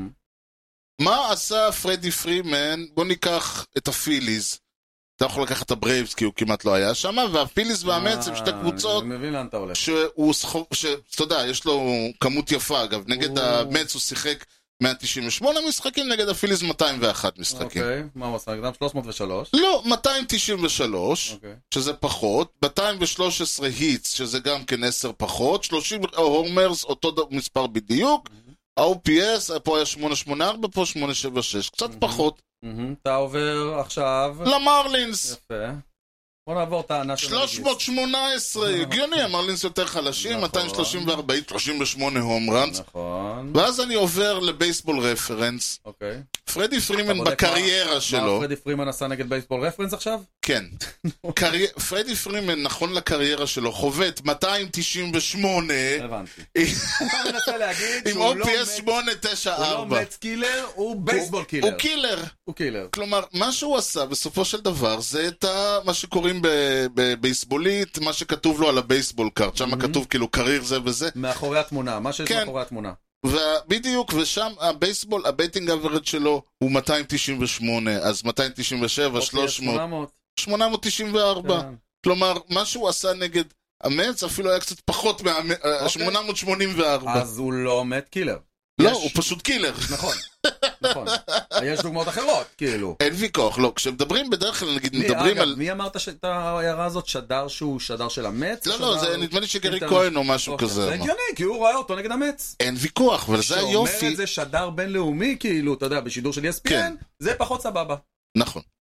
מה עשה פרדי פרימן? בואו ניקח את הפיליז. אתה יכול לקחת את הברייבס כי הוא כמעט לא היה שם, והפיליס והמץ הם שתי קבוצות שהוא סחור, שאתה יודע, יש לו כמות יפה, אגב, נגד המץ הוא שיחק מאה תשעים ושמונה משחקים, נגד הפיליס מאתיים ואחת משחקים. אוקיי, מה הוא עשה? גם שלוש מאות ושלוש? לא, מאתיים תשעים ושלוש, שזה פחות, מאתיים ושלוש עשרה היטס, שזה גם כן עשר פחות, שלושים הומרס, אותו מספר בדיוק, ה-או פי אס, פה היה שמונה שמונה ארבע, פה שמונה שבע שש, קצת פחות. אתה עובר עכשיו למרלינס. יפה. בוא נעבור את הענה של שלוש מאות שמונה עשרה, הגיוני, המרלינס יותר חלשים, מאתיים שלושים וארבע, שלושים ושמונה הום ראנס. נכון. ואז אני עובר לבייסבול רפרנס. אוקיי. פרדי פרימן בקריירה שלו. מה פרדי פרימן עשה נגד בייסבול רפרנס עכשיו? כן. פרדי פרימן, נכון לקריירה שלו, חובט מאתיים תשעים ושמונה. הבנתי. אתה מנסה להגיד עם או פי אס שמונה תשע ארבע. הוא לא מצ קילר, הוא בייסבול קילר. הוא קילר. הוא קילר. כלומר, מה שהוא עשה בסופו של דבר, זה את מה שקוראים בבייסבולית, מה שכתוב לו על הבייסבול קארט. שם כתוב כאילו קריר זה וזה. מאחורי התמונה, מה שיש מאחורי התמונה. ובדיוק, ושם הבייסבול, הבייטינג אברד שלו הוא מאתיים תשעים ושמונה, אז מאתיים תשעים ושבע, שלוש מאות, שמונה מאות תשעים וארבע. כלומר, מה שהוא עשה נגד המץ אפילו היה קצת פחות מה-שמונה מאות שמונים וארבע. אז הוא לא מת קילר. לא, הוא פשוט קילר. נכון, נכון. יש דוגמאות אחרות, כאילו. אין ויכוח, לא. כשמדברים בדרך כלל, נגיד, מדברים על... אגב, מי אמרת את ההערה הזאת? שדר שהוא שדר של המץ? לא, לא, זה נדמה לי שגרי כהן או משהו כזה. זה הגיוני, כי הוא רואה אותו נגד המץ. אין ויכוח, אבל זה היופי. שאומר את זה שדר בינלאומי, כאילו, אתה יודע, בשידור של אס פי אן, זה פחות סבבה. נכון.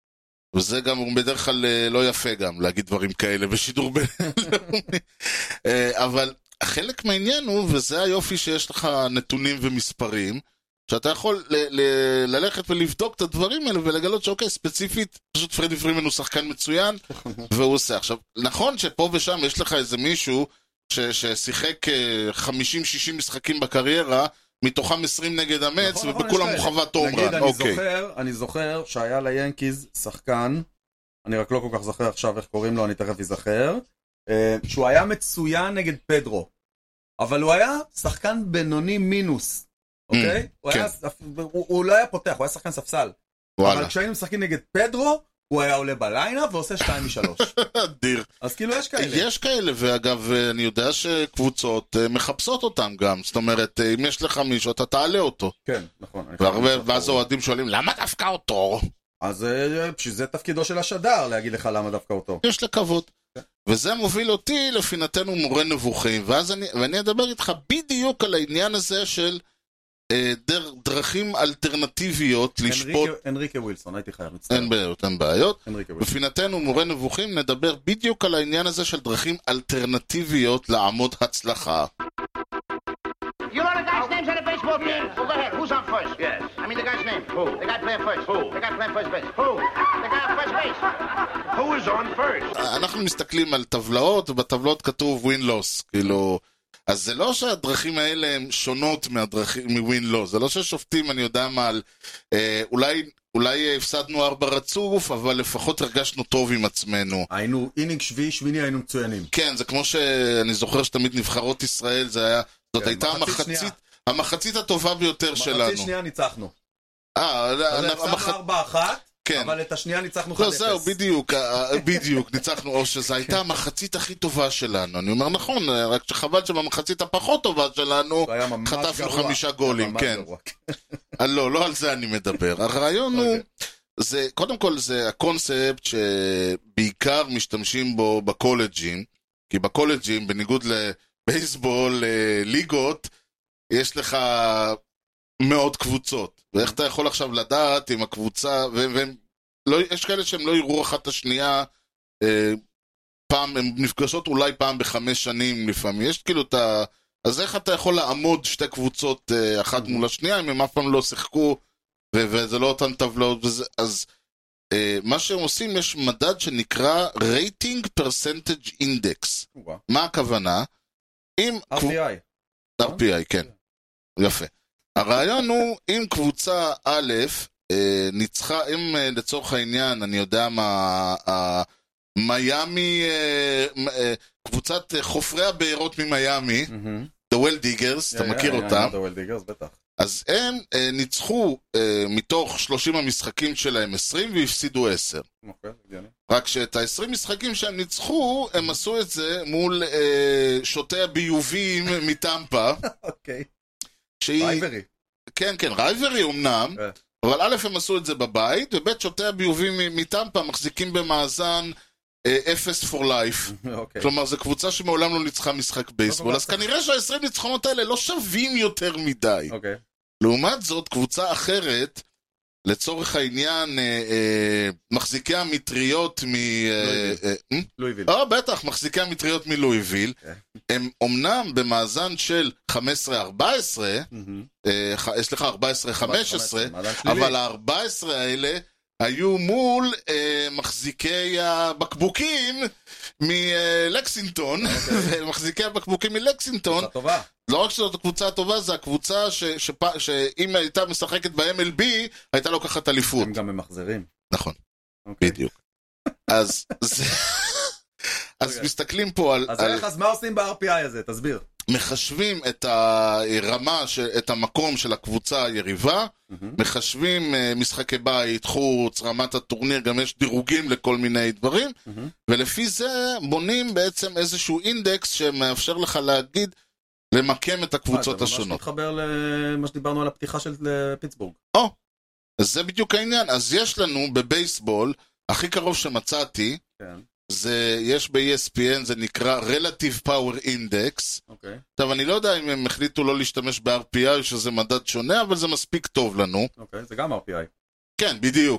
וזה גם, הוא בדרך כלל לא יפה גם, להגיד דברים כאלה בשידור בינלאומי. אבל חלק מהעניין הוא, וזה היופי שיש לך נתונים ומספרים, שאתה יכול ל- ל- ללכת ולבדוק את הדברים האלה, ולגלות שאוקיי, ספציפית, פשוט פרדי פרימן הוא שחקן מצוין, והוא עושה. עכשיו, נכון שפה ושם יש לך איזה מישהו, ש- ששיחק חמישים שישים משחקים בקריירה, מתוכם עשרים נגד המץ, נכון, ובכולם הוא חווה טום נגיד, רן. אני אוקיי. זוכר, אני זוכר שהיה ליאנקיז שחקן, אני רק לא כל כך זוכר עכשיו איך קוראים לו, אני תכף אזכר, אה, שהוא היה מצוין נגד פדרו, אבל הוא היה שחקן בינוני מינוס, אוקיי? הוא כן. היה- הוא הוא לא היה פותח, הוא היה שחקן ספסל. וואלה. אבל כשהיינו משחקים נגד פדרו, הוא היה עולה בליינאפ ועושה שתיים משלוש. אדיר. אז כאילו יש כאלה. יש כאלה, ואגב, אני יודע שקבוצות אה, מחפשות אותם גם. זאת אומרת, אה, אם יש לך מישהו, אתה תעלה אותו. כן, נכון. אני והרבה- חושב ואז שאתה- האוהדים שואלים, למה דווקא אותו? אז אה, בשביל זה תפקידו של השדר, להגיד לך למה דווקא אותו. יש לקוות. וזה מוביל אותי לפינתנו מורה נבוכים, ואז אני, ואני אדבר איתך בדיוק על העניין הזה של אה, דר, דרכים אלטרנטיביות לשפוט. הנריקה- הנריקה ווילסון, הייתי חייב מצטער. אין בעיות, אין בעיות. הנריקה ווילסון. בפינתנו מורה נבוכים נדבר בדיוק על העניין הזה של דרכים אלטרנטיביות לעמוד הצלחה. You know the guy's names on the baseball team? Well, go ahead. Who's on first? Yes. I mean the guy's name. Who? The guy playing first. Who? The guy playing first base. Who? The guy on first base. Who is on first? אנחנו מסתכלים על טבלאות, ובטבלאות כתוב win-loss, כאילו... אז זה לא שהדרכים האלה הן שונות מהדרכים, מ-win-loss, זה לא ששופטים, אני יודע מה, על, אה, אולי, אולי הפסדנו ארבע רצוף, אבל לפחות הרגשנו טוב עם עצמנו. היינו אינינג שביעי, שמיני היינו מצוינים. כן, זה כמו שאני זוכר שתמיד נבחרות ישראל, זה היה, זאת כן, הייתה מחצית המחצית, שנייה. המחצית הטובה ביותר שלנו. מחצית שנייה ניצחנו. אה, אז המח- הפסדנו ארבע אחת, כן. אבל את השנייה ניצחנו אחד לא, אפס. זהו, בדיוק, אה, בדיוק, ניצחנו, או שזו הייתה המחצית הכי טובה שלנו. אני אומר, נכון, רק שחבל שבמחצית הפחות טובה שלנו, זה היה ממש חטפנו גרוע. חמישה היה גולים, ממש כן. גרוע. אה, לא, לא על זה אני מדבר. הרעיון הוא, אוקיי. זה, קודם כל זה הקונספט שבעיקר משתמשים בו בקולג'ים, כי בקולג'ים, בניגוד לבייסבול, אה, ליגות, יש לך מאות קבוצות. ואיך אתה יכול עכשיו לדעת אם הקבוצה, ויש כאלה שהם לא יראו אחת את השנייה, אה, פעם, הן נפגשות אולי פעם בחמש שנים לפעמים. יש כאילו את ה... אז איך אתה יכול לעמוד שתי קבוצות אה, אחת מול השנייה, אם הם אף פעם לא שיחקו, ו- וזה לא אותן טבלאות, וזה, אז אה, מה שהם עושים, יש מדד שנקרא Rating Percentage Index. וואו. מה הכוונה? אם... אר פי איי. אר פי איי, כן. יפה. הרעיון הוא, אם קבוצה א' אה, ניצחה, אם אה, לצורך העניין, אני יודע מה, אה, מיאמי, אה, אה, קבוצת אה, חופרי הבארות ממיימי, The Well Diggers, אתה מכיר אותם? The Well Diggers, בטח. אז הם אה, ניצחו אה, מתוך שלושים המשחקים שלהם עשרים והפסידו עשר. אוקיי, הגיוני. רק שאת ה-עשרים משחקים שהם ניצחו, הם עשו את זה מול אה, שוטי הביובים מטמפה. אוקיי. שהיא... רייברי. כן, כן, רייברי אמנם, כן. אבל א' הם עשו את זה בבית, וב' שוטי הביובים מטמפה מחזיקים במאזן אה, אפס for life. אוקיי. כלומר, זו קבוצה שמעולם לא ניצחה משחק בייסבול, אז כנראה שה-עשרים ניצחונות האלה לא שווים יותר מדי. אוקיי. לעומת זאת, קבוצה אחרת, לצורך העניין, אה, אה, מחזיקי המטריות מ... אה, אה, אה, לואיוויל. אה, בטח, מחזיקי המטריות מלואיוויל, כן. הם אומנם במאזן של חמש עשרה ארבע עשרה, מהמם. אה, ח- סליחה, ארבע עשרה חמש עשרה, מאזן שלילי. אבל ה-ארבע עשרה האלה היו מול אה, מחזיקי הבקבוקים מלקסינגטון, ומחזיקי הבקבוקים מלקסינגטון, קבוצה טובה. לא רק שזאת הקבוצה הטובה, זו הקבוצה ש, שפ, שאם הייתה משחקת ב-אם אל בי, הייתה לוקחת אליפות. הם גם ממחזרים. נכון, אוקיי. בדיוק. אז זה... אז אוקיי. מסתכלים פה על... אז על... איך, אז מה עושים ב-אר פי איי הזה? תסביר. מחשבים את הרמה, ש- את המקום של הקבוצה היריבה, מהמם. מחשבים אה, משחקי בית, חוץ, רמת הטורניר, גם יש דירוגים לכל מיני דברים, מהמם. ולפי זה בונים בעצם איזשהו אינדקס שמאפשר לך להגיד, למקם את הקבוצות אה, זה ממש השונות. מתחבר למה שדיברנו על הפתיחה של אה, פיטסבורג. אז זה בדיוק העניין. אז יש לנו בבייסבול, הכי קרוב שמצאתי, כן. זה, יש ב-אי אס פי אן, זה נקרא Relative Power Index. אוקיי. עכשיו, אני לא יודע אם הם החליטו לא להשתמש ב-אר פי איי, שזה מדד שונה, אבל זה מספיק טוב לנו. אוקיי. זה גם אר פי איי. כן, בדיוק. כן.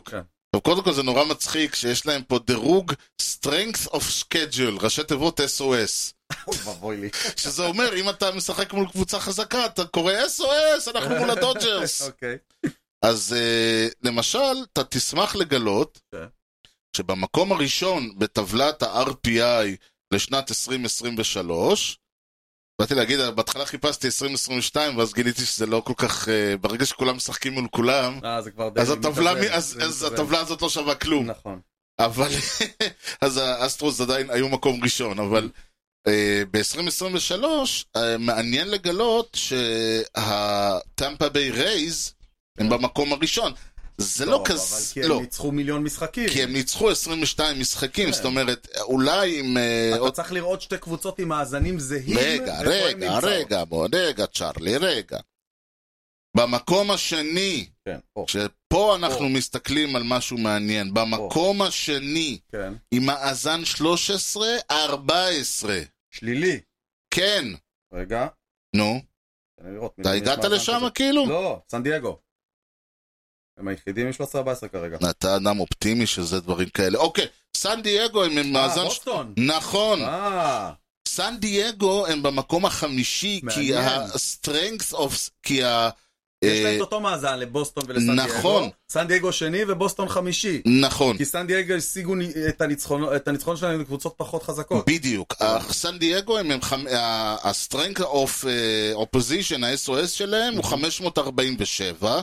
טוב, קודם כל זה נורא מצחיק שיש להם פה דירוג Strength of Schedule, ראשי תיבות אס או אס. אוי ובוי לי. שזה אומר, אם אתה משחק מול קבוצה חזקה, אתה קורא אס או אס, אנחנו מול הדודג'רס. אוקיי. אז למשל, אתה תשמח לגלות שבמקום הראשון בטבלת ה-אר פי איי לשנת עשרים עשרים ושלוש, באתי להגיד, בהתחלה חיפשתי עשרים עשרים ושתיים, ואז גיליתי שזה לא כל כך, ברגע שכולם משחקים מול כולם, אז הטבלה הזאת לא שווה כלום. נכון. אבל, אז האסטרוס עדיין היו מקום ראשון, אבל ב-עשרים עשרים ושלוש מעניין לגלות שהטמפה ביי רייז הם במקום הראשון. זה לא כזה... אבל כי הם ניצחו מיליון משחקים. כי הם ניצחו עשרים ושתיים משחקים, זאת אומרת, אולי עם... אתה צריך לראות שתי קבוצות עם מאזנים זהים. רגע, רגע, רגע, בוא, רגע, צ'רלי, רגע. במקום השני, שפה אנחנו מסתכלים על משהו מעניין, במקום השני, עם מאזן שלוש עשרה ארבע עשרה. שלילי. כן. רגע. נו. אתה הגעת לשם כאילו? לא, סן דייגו. הם היחידים עם שלוש עשרה ארבע עשרה כרגע. אתה אדם אופטימי שזה דברים כאלה. אוקיי, סן דייגו הם עם מאזן... אה, בוסטון. נכון. אה. סן דייגו הם במקום החמישי, כי ה-strength of... כי ה... יש להם אותו מאזן לבוסטון ולסן דייגו. נכון. סן דייגו שני ובוסטון חמישי. נכון. כי סן דייגו השיגו את הניצחון שלהם לקבוצות פחות חזקות. בדיוק. סן דייגו הם ה-strength of opposition, ה-אס או אס שלהם הוא חמש מאות ארבעים ושבע,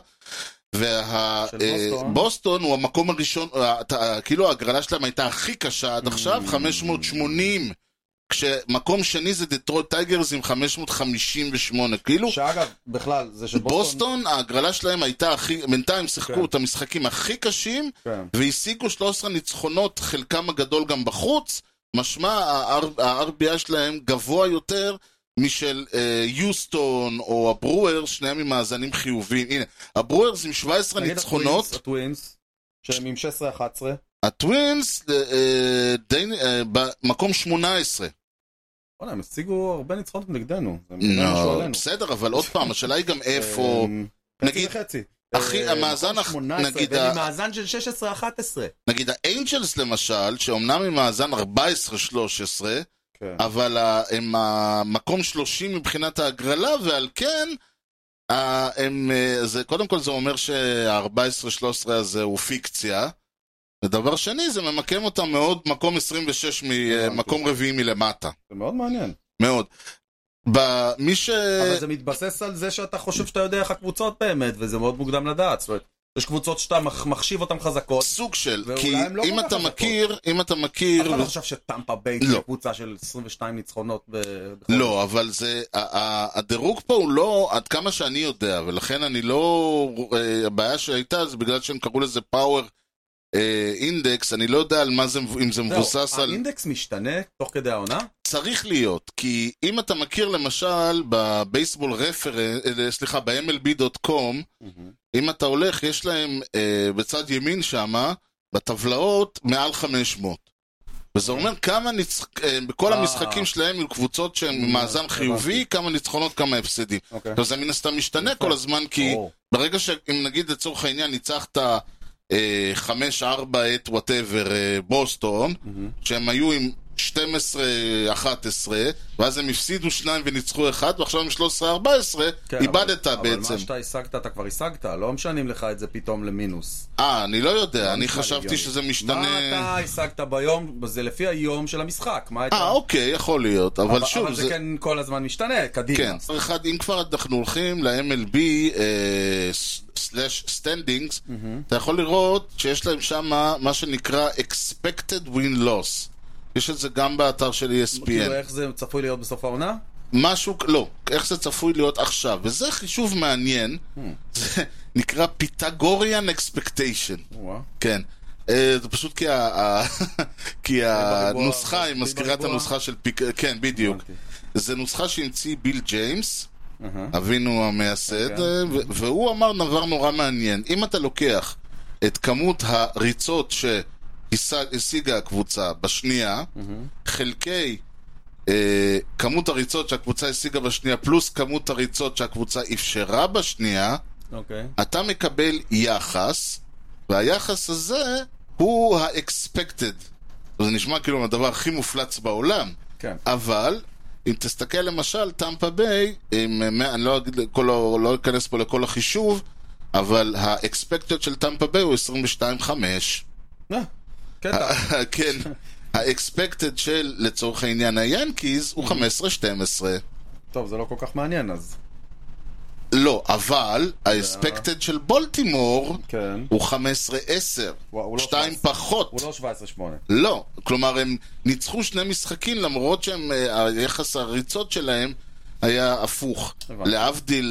והבוסטון הוא המקום הראשון, כאילו ההגרלה שלהם הייתה הכי קשה עד עכשיו, חמש מאות שמונים, כשמקום שני זה דטרויט טייגרס עם חמש מאות חמישים ושמונה, כאילו שאגב, בכלל, זה שבוסטון בוסטון, ההגרלה שלהם הייתה הכי, בינתיים שיחקו את המשחקים הכי קשים, והשיגו שלוש עשרה ניצחונות, חלקם הגדול גם בחוץ, משמע ה-אר בי איי שלהם גבוה יותר משל יוסטון או הברוארס, שניהם עם מאזנים חיוביים. הנה, הברוארס עם שבע עשרה ניצחונות. הטווינס, שהם עם שש עשרה אחת עשרה. הטווינס במקום שמונה עשרה. הם השיגו הרבה ניצחונות נגדנו. בסדר, אבל עוד פעם, השאלה היא גם איפה... חצי וחצי. אחי, המאזן... נגיד... מאזן של שש עשרה אחת עשרה. נגיד האנג'לס למשל, שאומנם עם מאזן ארבע עשרה שלוש עשרה, אבל הם המקום שלושים מבחינת ההגרלה, ועל כן, הם, זה, קודם כל זה אומר שה-ארבע עשרה שלוש עשרה הזה הוא פיקציה, ודבר שני, זה ממקם אותם מאוד מקום עשרים ושש ממקום רביעי מלמטה. זה מאוד מעניין. מאוד. במי ש... אבל זה מתבסס על זה שאתה חושב שאתה יודע איך הקבוצות באמת, וזה מאוד מוקדם לדעת, זאת אומרת, יש קבוצות שאתה מחשיב אותן חזקות. סוג של, כי אם אתה מכיר, אם אתה מכיר... אתה לא חושב שטמפה ביי היא קבוצה של עשרים ושתיים ניצחונות? לא, אבל זה, הדירוג פה הוא לא, עד כמה שאני יודע, ולכן אני לא, הבעיה שהייתה זה בגלל שהם קראו לזה פאוור אינדקס, אני לא יודע על מה זה, אם זה מבוסס על... האינדקס משתנה תוך כדי העונה? צריך להיות, כי אם אתה מכיר למשל בבייסבול רפרנס, סליחה, ב-אם אל בי דוט קום, אם אתה הולך, יש להם בצד ימין שמה, בטבלאות מעל חמש מאות. וזה אומר כמה בכל המשחקים שלהם עם קבוצות שהן מאזן חיובי, כמה ניצחונות, כמה הפסדים. אז זה מן הסתם משתנה כל הזמן, כי ברגע שאם נגיד לצורך העניין ניצחת חמש ארבע את whatever בוסטון, שהם היו עם שתים עשרה אחת עשרה, ואז הם הפסידו שניים וניצחו אחד, ועכשיו הם שלוש עשרה ארבע עשרה, איבדת בעצם. אבל מה שאתה השגת, אתה כבר השגת, לא משנים לך את זה פתאום למינוס. אה, אני לא יודע, אני חשבתי שזה משתנה... מה אתה השגת ביום, זה לפי היום של המשחק, אה, אוקיי, יכול להיות, אבל שוב... אבל זה כן כל הזמן משתנה, קדימה. כן, אחד, אם כבר אנחנו הולכים ל-אם אל בי סלש סטנדינגס, אתה יכול לראות שיש להם שם מה שנקרא expected win loss. יש את זה גם באתר של אי אס פי אן. כאילו איך זה צפוי להיות בסוף העונה? משהו, לא, איך זה צפוי להיות עכשיו. וזה חישוב מעניין, זה נקרא Pythagorean Expectation. כן. זה פשוט כי הנוסחה, היא מזכירה את הנוסחה של פיק... כן, בדיוק. זה נוסחה שהמציא ביל ג'יימס, אבינו המייסד, והוא אמר דבר נורא מעניין. אם אתה לוקח את כמות הריצות ש... השיגה הקבוצה בשנייה, חלקי כמות הריצות שהקבוצה השיגה בשנייה, פלוס כמות הריצות שהקבוצה אפשרה בשנייה, אתה מקבל יחס והיחס הזה הוא ה-expected. זה נשמע כאילו הדבר הכי מופלץ בעולם. כן. אבל, אם תסתכל למשל, טמפה ביי, עם, אני לא, לא, לא אכנס פה לכל החישוב, אבל ה-expected של טמפה ביי הוא עשרים ושתיים חמש. אה, קטע. כן. ה-expected של, לצורך העניין, היאנקיז הוא חמש עשרה שתים עשרה. טוב, זה לא כל כך מעניין, אז... לא, אבל ה-expected של בולטימור כן. הוא חמש עשרה עשר. שתיים פחות. הוא לא שבע עשרה שמונה. לא, כלומר הם ניצחו שני משחקים למרות שהם, היחס הריצות שלהם היה הפוך. להבדיל,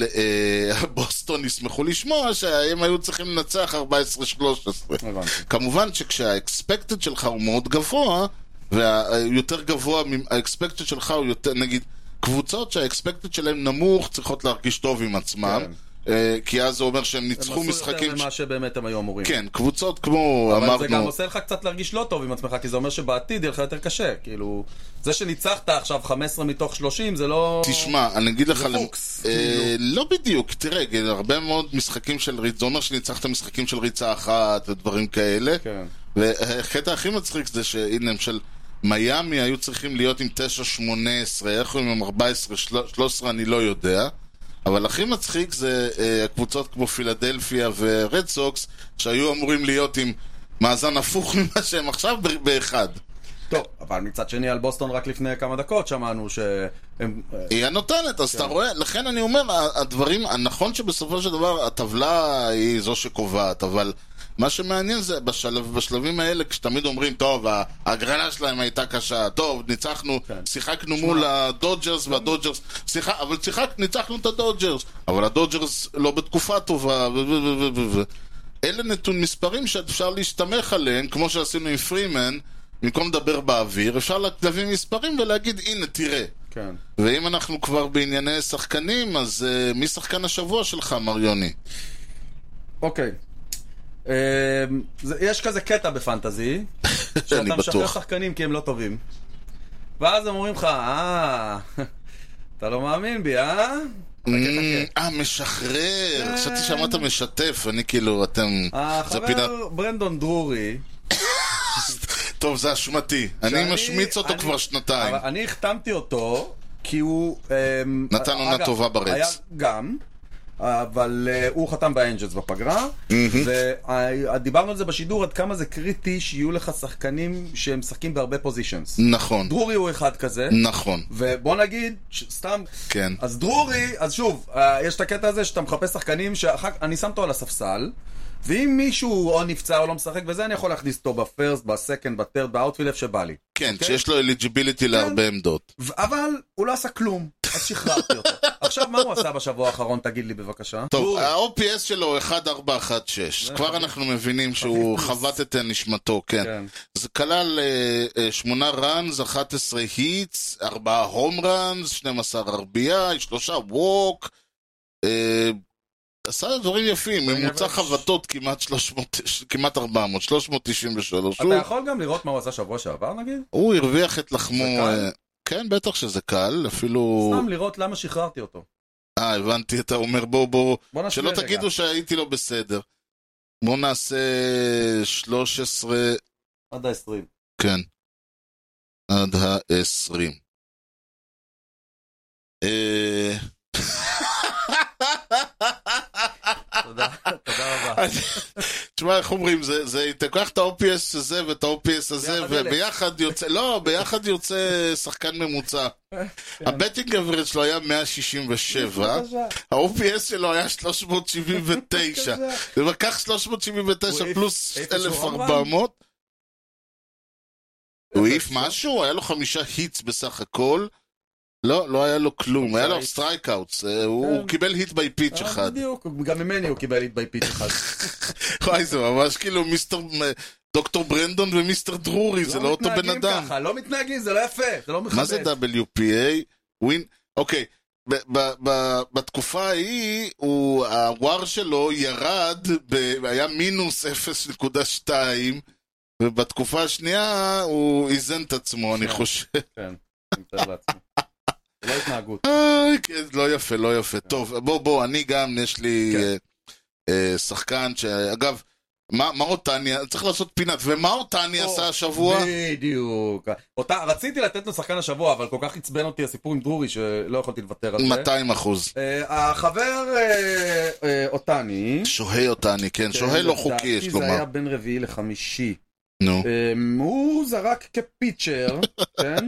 בוסטון ישמחו לשמוע שהם היו צריכים לנצח ארבע עשרה שלוש עשרה. כמובן שכשה-expected שלך הוא מאוד גבוה, והיותר גבוה, ה-expected שלך הוא יותר, נגיד, קבוצות שה-expected שלהם נמוך צריכות להרגיש טוב עם עצמם, כי אז זה אומר שהם ניצחו משחקים... הם עשו יותר ממה שבאמת הם היו אמורים. כן, קבוצות כמו... אבל זה גם עושה לך קצת להרגיש לא טוב עם עצמך, כי זה אומר שבעתיד יהיה לך יותר קשה. כאילו, זה שניצחת עכשיו חמש עשרה מתוך שלושים, זה לא... תשמע, אני אגיד לך... זה פוקס. לא בדיוק, תראה, הרבה מאוד משחקים של ריצה, זה אומר שניצחת משחקים של ריצה אחת ודברים כאלה. כן. והחטא הכי מצחיק זה שהנה, למשל... מיאמי היו צריכים להיות עם תשע שמונה עשרה, איך הם עם ארבע עשרה שלוש עשרה אני לא יודע, אבל הכי מצחיק זה uh, הקבוצות כמו פילדלפיה ורד סוקס שהיו אמורים להיות עם מאזן הפוך ממה שהם עכשיו באחד. טוב, אבל מצד שני על בוסטון רק לפני כמה דקות שמענו שהם... היא הנותנת, אז אתה רואה, לכן אני אומר, הדברים, הנכון שבסופו של דבר הטבלה היא זו שקובעת, אבל מה שמעניין זה בשלב, בשלבים האלה כשתמיד אומרים, טוב, ההגרלה שלהם הייתה קשה, טוב, ניצחנו, כן. שיחקנו שמה. מול הדודג'רס והדודג'רס, שיחק, אבל שיחק, ניצחנו את הדודג'רס, אבל הדודג'רס לא בתקופה טובה, ו... ו... ו... ו... ו... אלה נתון מספרים שאפשר להשתמך עליהם, כמו שעשינו עם פרימן, במקום לדבר באוויר, אפשר להביא מספרים ולהגיד, הנה, תראה. כן. ואם אנחנו כבר בענייני שחקנים, אז uh, מי שחקן השבוע שלך, מריוני? אוקיי. Uh, זה, יש כזה קטע בפנטזי, שאתה משחרר שחקנים כי הם לא טובים. ואז הם אומרים לך, אה, אתה לא מאמין בי, אה? אה, משחרר. חשבתי שאמרת משתף, אני כאילו, אתם... החבר ברנדון דרורי... טוב, זה אשמתי. אני משמיץ אותו כבר שנתיים. אני החתמתי אותו כי הוא... נתן עונה טובה ברץ. היה גם, אבל הוא חתם באנג'לס בפגרה, ודיברנו על זה בשידור עד כמה זה קריטי שיהיו לך שחקנים שהם משחקים בהרבה פוזישנס. נכון. דרורי הוא אחד כזה. נכון. ובוא נגיד, סתם... כן. אז דרורי, אז שוב, יש את הקטע הזה שאתה מחפש שחקנים שאני שם אותו על הספסל, ואם מישהו או נפצע או לא משחק וזה, אני יכול להכניס אותו בפרסט, בסקנד, בטרד, באוטפיל, איפה שבא לי. כן, שיש לו אליג'יביליטי להרבה עמדות. אבל הוא לא עשה כלום, אז שחררתי אותו. עכשיו, מה הוא עשה בשבוע האחרון? תגיד לי בבקשה. טוב, ה-או פי אס שלו הוא אחת ארבע אחת שש. כבר אנחנו מבינים שהוא חוות את נשמתו, כן. זה כלל שמונה ראנס, אחת עשרה היטס, ארבעה הום ראנס, שנים עשר אר בי איי, שלושה ווק, עשה דברים יפים, ממוצע חבטות כמעט שלוש מאות, כמעט ארבע מאות, שלוש מאות תשעים ושלוש. אתה יכול גם לראות מה הוא עשה שבוע שעבר, נגיד? הוא הרוויח את לחמו... כן, בטח שזה קל, אפילו... סתם לראות למה שחררתי אותו. אה, הבנתי, אתה אומר בוא בוא... שלא תגידו שהייתי לו בסדר. בוא נעשה שלוש עשרה... עד ה-עשרים. כן. עד ה-עשרים. אה... תודה, תודה רבה. תשמע, איך אומרים, זה תקח את ה-או פי אס הזה ואת ה-או פי אס הזה, וביחד יוצא, לא, ביחד יוצא שחקן ממוצע. הבטינג אברד שלו היה מאה שישים ושבע, ה-או פי אס שלו היה שלוש מאות שבעים ותשע. ולקח שלוש מאות שבעים ותשע פלוס אלף וארבע מאות. הוא העיף משהו? היה לו חמישה היטס בסך הכל. לא, לא היה לו כלום, היה לו סטרייקאוטס, הוא קיבל היט ביי פיץ' אחד. בדיוק, גם ממני הוא קיבל היט ביי פיץ' אחד. וואי, זה ממש כאילו מיסטר, דוקטור ברנדון ומיסטר דרורי, זה לא אותו בן אדם. לא מתנהגים ככה, לא מתנהגים, זה לא יפה, זה לא מכבד. מה זה דאבליו פי איי? ווין, אוקיי, בתקופה ההיא, הוואר שלו ירד, היה מינוס אפס נקודה שתיים, ובתקופה השנייה הוא איזן את עצמו, אני חושב. כן, אני מתאר לעצמי. לא התנהגות. לא יפה, לא יפה. טוב, בוא, בוא, אני גם, יש לי שחקן שאגב, מה, מה אותני, צריך לעשות פינת, ומה אותני עשה השבוע? בדיוק. אותה, רציתי לתת לו שחקן השבוע, אבל כל כך עצבן אותי הסיפור עם דרורי, שלא יכולתי לוותר על זה. מאתיים אחוז. החבר אותני, שוהי אותני, כן, שוהי לא חוקי, יש זה לומר. היה בין רביעי לחמישי. נו. הוא זרק כפיצ'ר, כן?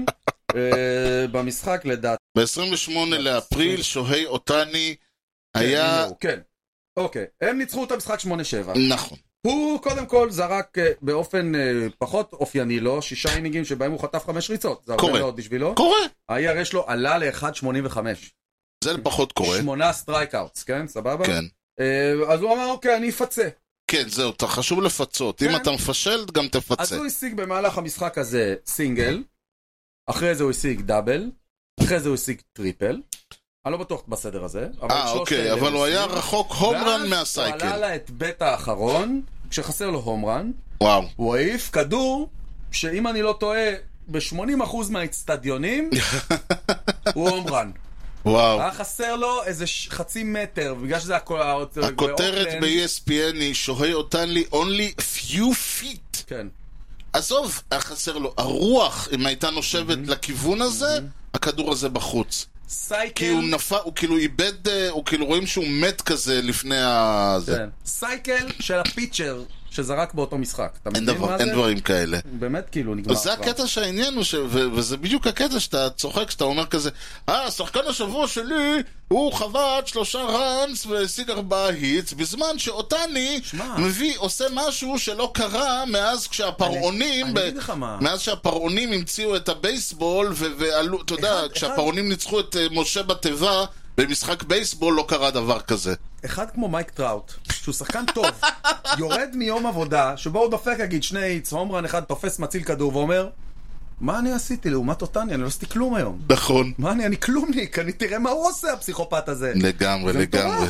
במשחק לדעת. ב-עשרים ושמונה לאפריל, שוהי אותני היה... כן, אוקיי. הם ניצחו את המשחק שמונה שבע. נכון. הוא קודם כל זרק באופן פחות אופייני לו, שישה אינינגים שבהם הוא חטף חמש ריצות. זה הרבה מאוד בשבילו. קורה. ה-אי אר אס שלו עלה ל-אחד שמונים וחמש. זה פחות קורה. שמונה סטרייקאוטס, כן? סבבה? כן. אז הוא אמר, אוקיי, אני אפצה. כן, זהו, אתה חשוב לפצות. אם אתה מפשל, גם תפצה. אז הוא השיג במהלך המשחק הזה סינגל, אחרי זה הוא השיג דאבל, אחרי זה הוא השיג טריפל. אני לא בטוח בסדר הזה. אה, אוקיי, אבל הוא היה רחוק הומרן מהסייקל. ואז הוא עלה לה את בית האחרון, כשחסר לו הומרן. וואו. הוא העיף כדור, שאם אני לא טועה, ב-שמונים אחוז מהאצטדיונים, הוא הומרן. וואו. היה חסר לו איזה חצי מטר, בגלל שזה הכל... הכותרת ב-אי אס פי אן היא שוהי אותני only few feet. כן. עזוב, היה חסר לו. הרוח, אם הייתה נושבת לכיוון הזה, הכדור הזה בחוץ. סייקל... כי הוא נפל, הוא כאילו איבד, הוא כאילו רואים שהוא מת כזה לפני הזה. כן. סייקל של הפיצ'ר שזרק באותו משחק. אתה מבין מה זה? אין דברים כאלה. באמת כאילו נגמר. וזה הקטע שהעניין הוא, וזה בדיוק הקטע שאתה צוחק, שאתה אומר כזה, אה, שחקן השבוע שלי, הוא חבט שלושה ראנס והשיג ארבעה היטס, בזמן שאותני מביא, עושה משהו שלא קרה מאז כשהפרעונים, מאז שהפרעונים המציאו את הבייסבול, ועלו, אתה יודע, כשהפרעונים ניצחו את משה בטבע, במשחק בייסבול לא קרה דבר כזה. אחד כמו מייק טראוט, שהוא שחקן טוב, יורד מיום עבודה, שבו הוא דופק, אגיד, שני היטס, הומרן אחד תופס מציל כדור ואומר, מה אני עשיתי לעומת אותני? אני לא עשיתי כלום היום. נכון. מה אני? אני כלומניק, אני תראה מה הוא עושה, הפסיכופת הזה. לגמרי, לגמרי.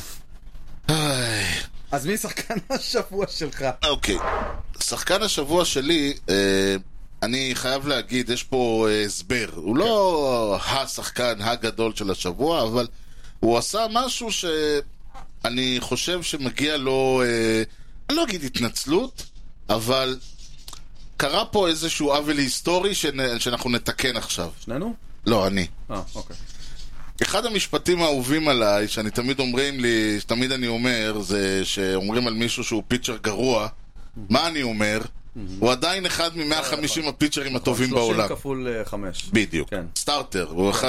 אז מי שחקן השבוע שלך? אוקיי. שחקן השבוע שלי, אני חייב להגיד, יש פה הסבר. הוא לא השחקן הגדול של השבוע, אבל הוא עשה משהו שאני חושב שמגיע לו, אני לא אגיד התנצלות, אבל קרה פה איזשהו עוול היסטורי שאנחנו נתקן עכשיו. שנינו? לא, אני. אה, אוקיי. אחד המשפטים האהובים עליי, שאני תמיד אומרים לי, שתמיד אני אומר, זה שאומרים על מישהו שהוא פיצ'ר גרוע, מה אני אומר? הוא עדיין אחד מ-מאה וחמישים הפיצ'רים הטובים בעולם. שלושים כפול חמש. בדיוק. סטארטר, הוא אחד.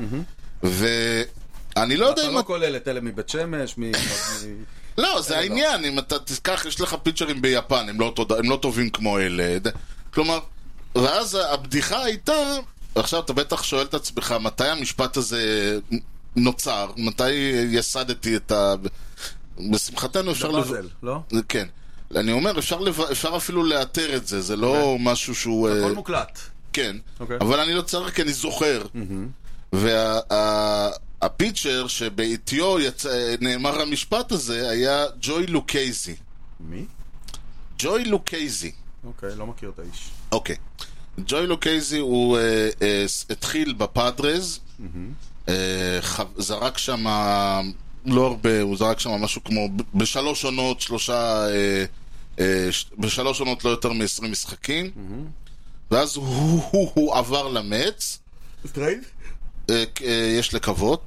ואני לא יודע אם... אתה לא כולל את אלה מבית שמש, מ... לא, זה העניין, אם אתה תזכח, יש לך פיצ'רים ביפן, הם לא טובים כמו אלה. כלומר, ואז הבדיחה הייתה, עכשיו אתה בטח שואל את עצמך, מתי המשפט הזה נוצר? מתי יסדתי את ה... בשמחתנו אפשר... בבאזל, לא? כן. אני אומר, אפשר, לב... אפשר אפילו לאתר את זה, זה לא okay. משהו שהוא... הכל מוקלט. כן, okay. אבל אני לא צריך, כי אני זוכר. Mm-hmm. והפיצ'ר וה... שבעיתיו יצ... נאמר המשפט הזה היה ג'וי לוקייזי. מי? ג'וי לוקייזי. אוקיי, okay, לא מכיר את האיש. אוקיי. Okay. ג'וי לוקייזי הוא uh, uh, התחיל בפאדרז, mm-hmm. uh, ח... זרק שם... לא הרבה, הוא זרק שם משהו כמו בשלוש עונות, שלושה אה, אה, בשלוש עונות לא יותר מ-עשרים משחקים mm-hmm. ואז הוא, הוא, הוא, הוא עבר למץ טרייד? אה, אה, יש לקוות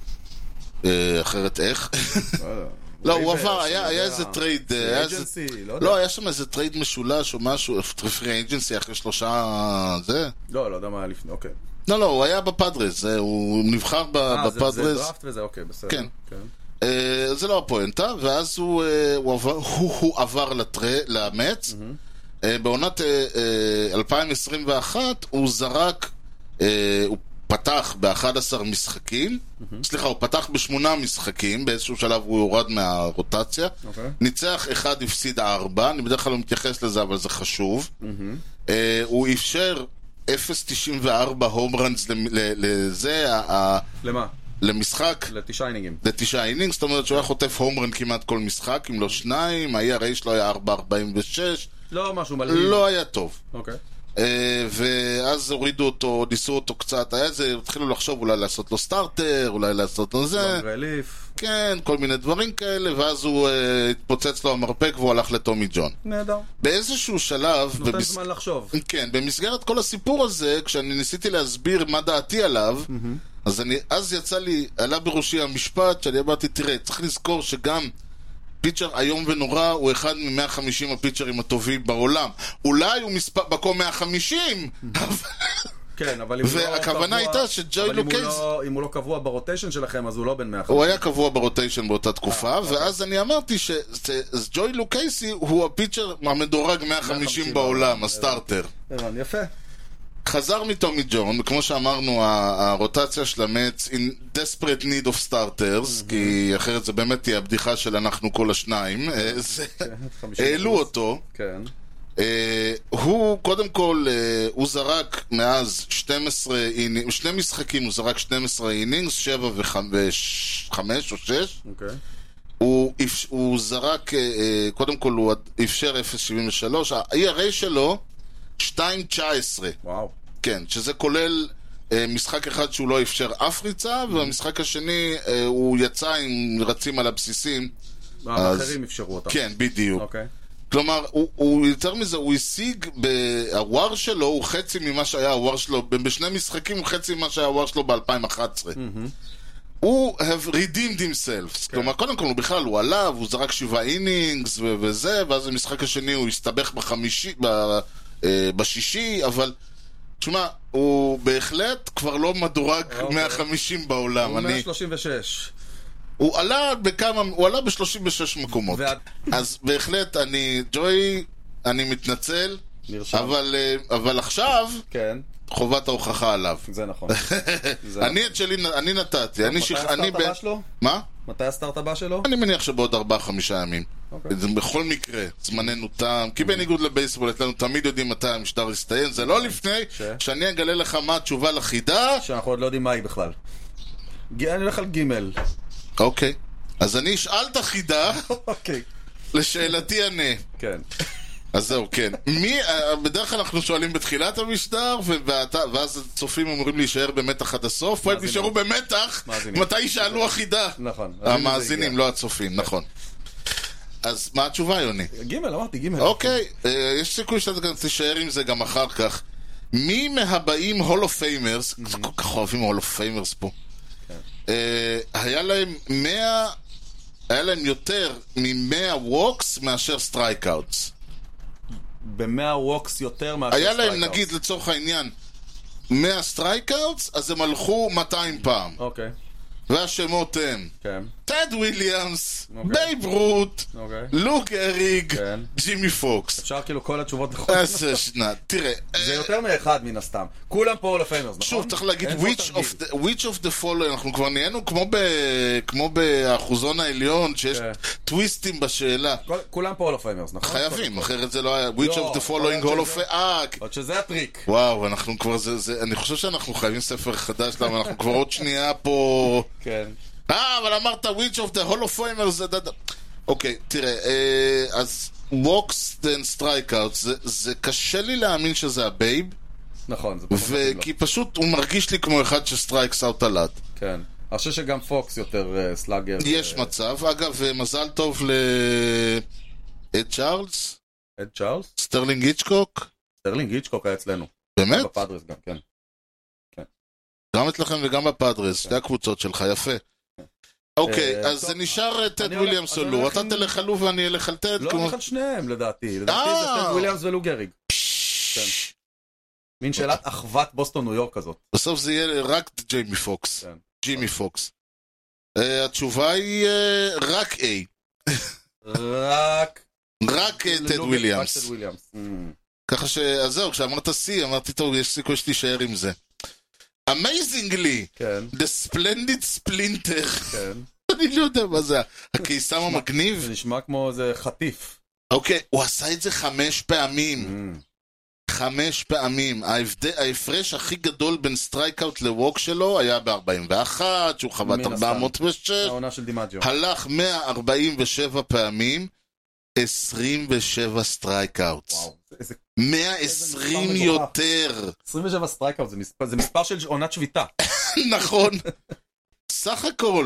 אה, אחרת איך לא, הוא עבר, היה, היה איזה טרייד היה איזה, לא, לא, היה שם איזה טרייד משולש או משהו, פרי אג'נסי אחרי שלושה זה לא, לא יודע מה היה לפני, אוקיי לא, לא, הוא היה בפאדרס, הוא נבחר בפאדרס. זה דראפט וזה, אוקיי, בסדר. כן. זה לא הפואנטה, ואז הוא עבר למץ. בעונת אלפיים עשרים ואחת הוא זרק, הוא פתח ב-אחד עשר משחקים, סליחה, הוא פתח בשמונה משחקים, באיזשהו שלב הוא יורד מהרוטציה, ניצח אחד, הפסיד ארבע, אני בדרך כלל לא מתייחס לזה, אבל זה חשוב. הוא אפשר אפס נקודה תשעים וארבע הומרנס לזה, למה? למשחק. לתשעה אינינגים. לתשעה אינינגים, זאת אומרת שהוא היה חוטף הומרן כמעט כל משחק, אם לא שניים, ה-אי אר איי שלו היה ארבע נקודה ארבעים ושש. לא משהו מלאים. לא היה טוב. אוקיי. ואז הורידו אותו, ניסו אותו קצת, היה זה, התחילו לחשוב אולי לעשות לו סטארטר, אולי לעשות לו זה. לא רליף. כן, כל מיני דברים כאלה, ואז הוא uh, התפוצץ לו המרפק והוא הלך לטומי ג'ון. נהדר. באיזשהו שלב... נותן במס... זמן לחשוב. כן, במסגרת כל הסיפור הזה, כשאני ניסיתי להסביר מה דעתי עליו, Mm-hmm. אז אני, אז יצא לי, עלה בראשי המשפט, שאני אמרתי, תראה, צריך לזכור שגם פיצ'ר איום ונורא הוא אחד מ-מאה וחמישים הפיצ'רים הטובים בעולם. אולי הוא מספר, מקום מאה וחמישים, אבל... כן, אבל אם הוא לא קבוע... והכוונה הייתה שג'וי לוקייס... אבל אם הוא לא קבוע ברוטיישן שלכם, אז הוא לא בין מאה וחמישים. הוא היה קבוע ברוטיישן באותה תקופה, ואז אני אמרתי שג'וי לוקייסי הוא הפיצ'ר המדורג מאה וחמישים בעולם, הסטארטר. יפה. חזר מטומי ג'ון, וכמו שאמרנו, הרוטציה של המץ in desperate need of starters, כי אחרת זה באמת תהיה הבדיחה של אנחנו כל השניים, העלו אותו. כן. הוא, קודם כל, הוא זרק מאז שתים עשרה אינינגס, שני משחקים הוא זרק שתים עשרה אינינגס, שבע וחמש או שש. אוקיי. הוא, הוא זרק, קודם כל הוא אפשר אפס שבעים ושלוש, ה-E R A שלו שתיים תשע עשרה. וואו. כן, שזה כולל משחק אחד שהוא לא אפשר אף ריצה, והמשחק השני הוא יצא עם רצים על הבסיסים. האחרים אפשרו אותם. כן, בדיוק. אוקיי. כלומר, הוא, הוא יותר מזה, הוא השיג, הוואר שלו הוא חצי ממה שהיה הוואר שלו, בשני משחקים הוא חצי ממה שהיה הוואר שלו ב-אלפיים ואחת עשרה. Mm-hmm. הוא have redeemed himself. כלומר, קודם כל, הוא בכלל, הוא עליו, הוא זרק שבעה אינינגס ו- וזה, ואז במשחק השני הוא הסתבך בחמישי, ב- בשישי, אבל, תשמע, הוא בהחלט כבר לא מדורג מאה וחמישים בעולם. הוא אני... מאה שלושים ושש. הוא עלה בכמה, הוא עלה ב-שלושים ושש מקומות. ואת... אז בהחלט, אני, ג'וי, אני מתנצל, נרשם. אבל, אבל עכשיו, כן. חובת ההוכחה עליו. זה נכון. אני את שלי, אני נתתי. אני מתי שכ... הסטארט אני הבא ב... שלו? מה? מתי הסטארט הבא שלו? אני מניח שבעוד ארבעה, חמישה ימים. אוקיי. זה בכל מקרה, זמננו תם, כי בניגוד לבייסבול, אצלנו תמיד יודעים מתי המשטר יסתיים, זה לא לפני ש... שאני אגלה לך מה התשובה לחידה. שאנחנו עוד לא יודעים מה היא בכלל. אני הולך על גימל. אוקיי. אז אני אשאל את החידה, אוקיי. לשאלתי ענה. כן. אז זהו, כן. מי, בדרך כלל אנחנו שואלים בתחילת המשטר, ואז הצופים אמורים להישאר במתח עד הסוף, והם נשארו במתח, מתי ישאלו החידה. נכון. המאזינים, לא הצופים, נכון. אז מה התשובה, יוני? גימל, אמרתי גימל. אוקיי, יש סיכוי שאתה גם תישאר עם זה גם אחר כך. מי מהבאים הול אוף פיימרס, כל כך אוהבים הול אוף פיימרס פה, היה להם מאה, היה להם יותר מ-מאה ווקס מאשר סטרייקאוטס. ב-מאה ווקס יותר מאשר היה סטרייקאוטס. להם, נגיד, לצורך העניין, מאה סטרייקאוטס, אז הם הלכו מאתיים פעם. אוקיי. והשמות הם כן. טד וויליאמס, אוקיי. בייב רוט, אוקיי. לוק אריג, כן. ג'ימי פוקס. אפשר כאילו כל התשובות נכונות. עשר שנה, תראה. זה יותר מאחד מן הסתם. כולם פה הול אוף פיימרס, נכון? שוב, צריך להגיד, אין פה which תרגיל. of the, which of the following, אנחנו כבר נהיינו כמו ב, כמו באחוזון העליון, שיש כן. טוויסטים בשאלה. כל- כולם פה הול אוף פיימרס, נכון? חייבים, אחרת זה לא היה, which לא, of the following יכול all להיות of... שזה- אה, עוד שזה הטריק. וואו, אנחנו כבר, זה, זה, אני חושב שאנחנו חייבים ספר חדש, למה אנחנו כבר עוד שנייה פה... כן. אה, אבל אמרת which of the hall of famers זה דדה. אוקיי, תראה, אה, אז walks and strikeouts, זה, זה קשה לי להאמין שזה הבייב, נכון, זה פחות מתאים לו. וכי פשוט הוא מרגיש לי כמו אחד שסטרייקס אאוט עלת. כן. אני חושב שגם פוקס יותר אה, סלאגר. יש אה, מצב, אגב, מזל טוב ל... אד צ'ארלס? אד צ'ארלס? סטרלינג היצ'קוק? סטרלינג היצ'קוק היה אצלנו. באמת? בפאדרס גם, כן. גם אצלכם וגם בפאדרס, שתי הקבוצות שלך, יפה. אוקיי, אה, אז טוב. זה נשאר טד אני וויליאמס הולך- או אני לו. הולך אתה עם- תלך על לו ואני אלך על טד. לא, כמו- הולך על שניהם לדעתי. לדעתי אה. זה טד וויליאמס ולו גריג. מין שאלת אחוות בוסטון ניו יורק כזאת. בסוף זה יהיה רק ג'יימי פוקס. כן. ג'ימי פוקס. אה, התשובה היא אה, רק A. רק... רק אה, טד לו- וויליאמס. רק טד וויליאמס. Mm. ככה ש... אז זהו, כשאמרת C, אמרתי, טוב, יש סיכוי שתישאר עם זה. Amazingly, כן, the splendid splinter. כן. אני לא יודע מה זה. הקיסם המגניב. זה נשמע כמו איזה חטיף. אוקיי, הוא עשה את זה חמש פעמים. Mm. חמש פעמים. ההבד... ההפרש הכי גדול בין סטרייקאוט לווק שלו היה ב-ארבעים ואחת, שהוא חבט מן הסתם. ארבע מאות ושש, העונה של דימג'יו. הלך מאה ארבעים ושבע פעמים, עשרים ושבע סטרייקאוט. וואו, איזה... מאה ועשרים איזה מספר מגוחך. יותר. עשרים ושבע סטרייקאוט, זה מספר, זה מספר של עונת שביתה. נכון. סך הכל,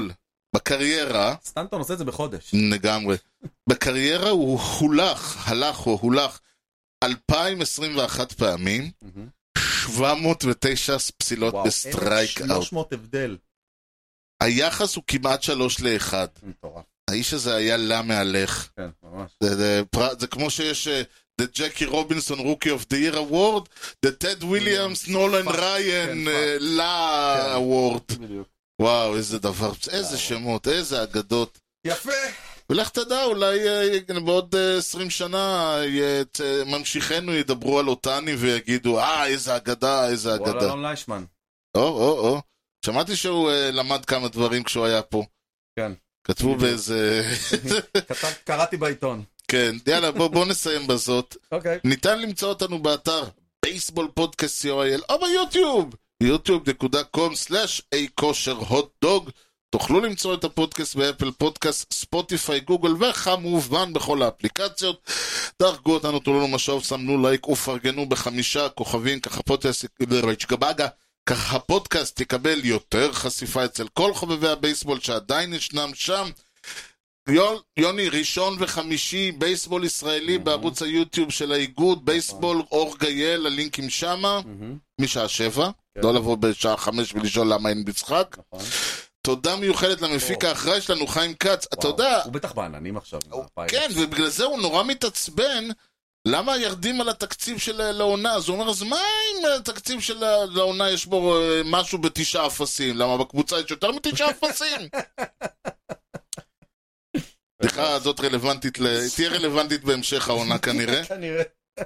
בקריירה, סטנטון עושה את זה בחודש. לגמרי, בקריירה הוא הולך, הלך או הולך אלפיים עשרים ואחת פעמים, שבע מאות ותשע פסילות בסטרייק אאוט. שלוש מאות הבדל. היחס הוא כמעט שלוש לאחד. מטורף. האיש הזה היה לה מהלך. כן, ממש. זה, זה, זה כמו שיש uh, The Jackie Robinson Rookie of the Year Award, The Ted Williams, Nolan Ryan, לה Award. וואו, איזה דבר, איזה שמות, איזה אגדות. יפה. ולך תדע, אולי בעוד עשרים שנה ממשיכנו ידברו על אותני ויגידו, אה, איזה אגדה, איזה אגדה. וואלה, אלון ליישמן. או, או, או. שמעתי שהוא למד כמה דברים כשהוא היה פה. כן. כתבו באיזה... קראתי בעיתון. כן, יאללה, בואו נסיים בזאת. אוקיי. ניתן למצוא אותנו באתר בייסבול פודקאסט סי או איי אל או ביוטיוב, יוטיוב דוט קום סלאש איי כושר הוט דוג. תוכלו למצוא את הפודקאסט באפל פודקאסט, ספוטיפיי, גוגל וכמובן בכל האפליקציות. דרגו אותנו, תנו לנו משוב, שמנו לייק ופרגנו בחמישה כוכבים, ככה פודקאסט גבגה, ככה הפודקאסט יקבל יותר חשיפה אצל כל חובבי הבייסבול שעדיין ישנם שם. יוני, ראשון וחמישי, בייסבול ישראלי בערוץ היוטיוב של האיגוד, בייסבול אור גייל, הלינקים שמה, משעה שבע, לא לבוא בשעה חמש ולשאול למה אין משחק. תודה מיוחדת למפיק האחראי שלנו, חיים כץ. אתה יודע... הוא בטח בעננים עכשיו. כן, ובגלל זה הוא נורא מתעצבן, למה ירדים על התקציב של לעונה? אז הוא אומר, אז מה אם התקציב של לעונה יש בו משהו בתשעה אפסים? למה בקבוצה יש יותר מתשעה אפסים? סליחה, זאת רלוונטית, תהיה רלוונטית בהמשך העונה כנראה. כנראה.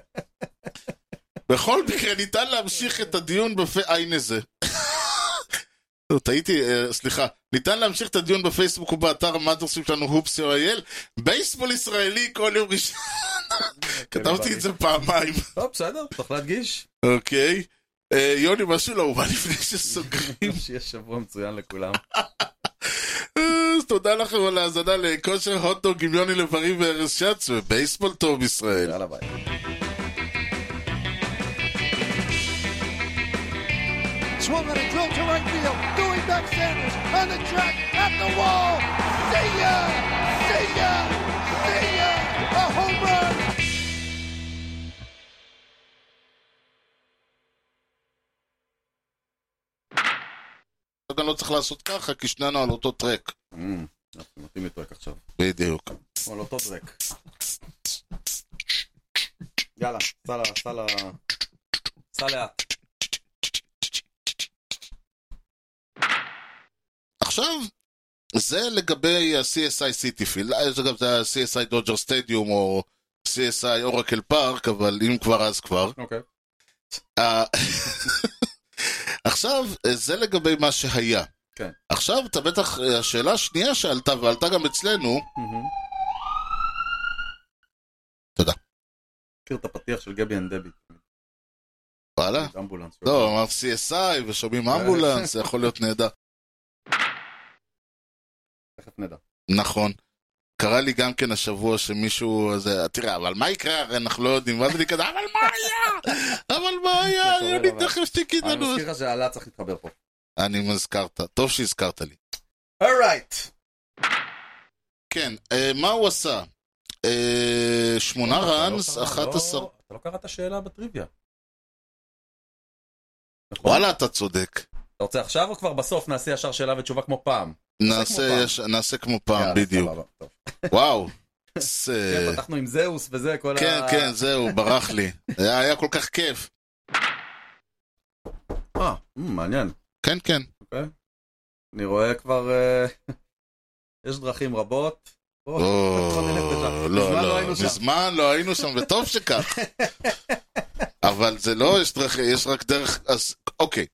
בכל מקרה, ניתן להמשיך את הדיון בפי... איין איזה. טעיתי, סליחה. ניתן להמשיך את הדיון בפייסבוק ובאתר המאדרסים שלנו, הופס סי או איי אל. בייסבול ישראלי כל יום ראשון. כתבתי את זה פעמיים. טוב, בסדר, צריך להדגיש. אוקיי. יוני, משהו לא, מה לפני שסוגרים? שיש שבוע מצוין לכולם. אז תודה לכם על ההאזנה לכושר הוטדוג עם יוני לב-ארי וארז שץ, ובייסבול טוב ישראל. יאללה ביי. Swung on a drill to right field. Doing back Sanders on the track at the wall. See ya! See ya! See ya! A home run! גם לא צריך לעשות ככה, כי שנינו על אותו טרק. אנחנו נותנים לי טרק עכשיו. בדיוק. על אותו טרק. יאללה, סע לה, סע לה... סע לאט. עכשיו, זה לגבי ה-סי אס איי City Field, זה גם זה ה-סי אס איי Dodger Stadium או סי אס איי Oracle Park, אבל אם כבר אז כבר. אוקיי. עכשיו, זה לגבי מה שהיה. כן. עכשיו, אתה בטח, השאלה השנייה שעלתה, ועלתה גם אצלנו. תודה. מכיר את הפתיח של גבי אנד דבי. וואלה? אמבולנס. לא, אמר סי אס איי ושומעים אמבולנס, זה יכול להיות נהדר. תכף נדע. נכון. קרה לי גם כן השבוע שמישהו, תראה, אבל מה יקרה? הרי אנחנו לא יודעים, ואז אני כזה, אבל מה היה? אבל מה היה? אני תכף שתיקי לנו. אני מזכיר לך שעלה צריך להתחבר פה. אני מזכרת, טוב שהזכרת לי. אורייט. כן, מה הוא עשה? שמונה ראנס, אחת עשר... אתה לא קראת שאלה בטריוויה. וואלה, אתה צודק. אתה רוצה עכשיו או כבר בסוף נעשה ישר שאלה ותשובה כמו פעם? נעשה כמו פעם, בדיוק. וואו. כן, פתחנו עם זהוס וזה, כל ה... כן, כן, זהו, ברח לי. היה כל כך כיף. אה, מעניין. כן, כן. אוקיי. אני רואה כבר... יש דרכים רבות. או, לא, לא. מזמן לא היינו שם, וטוב שכך. אבל זה לא, יש רק דרך... אז, אוקיי.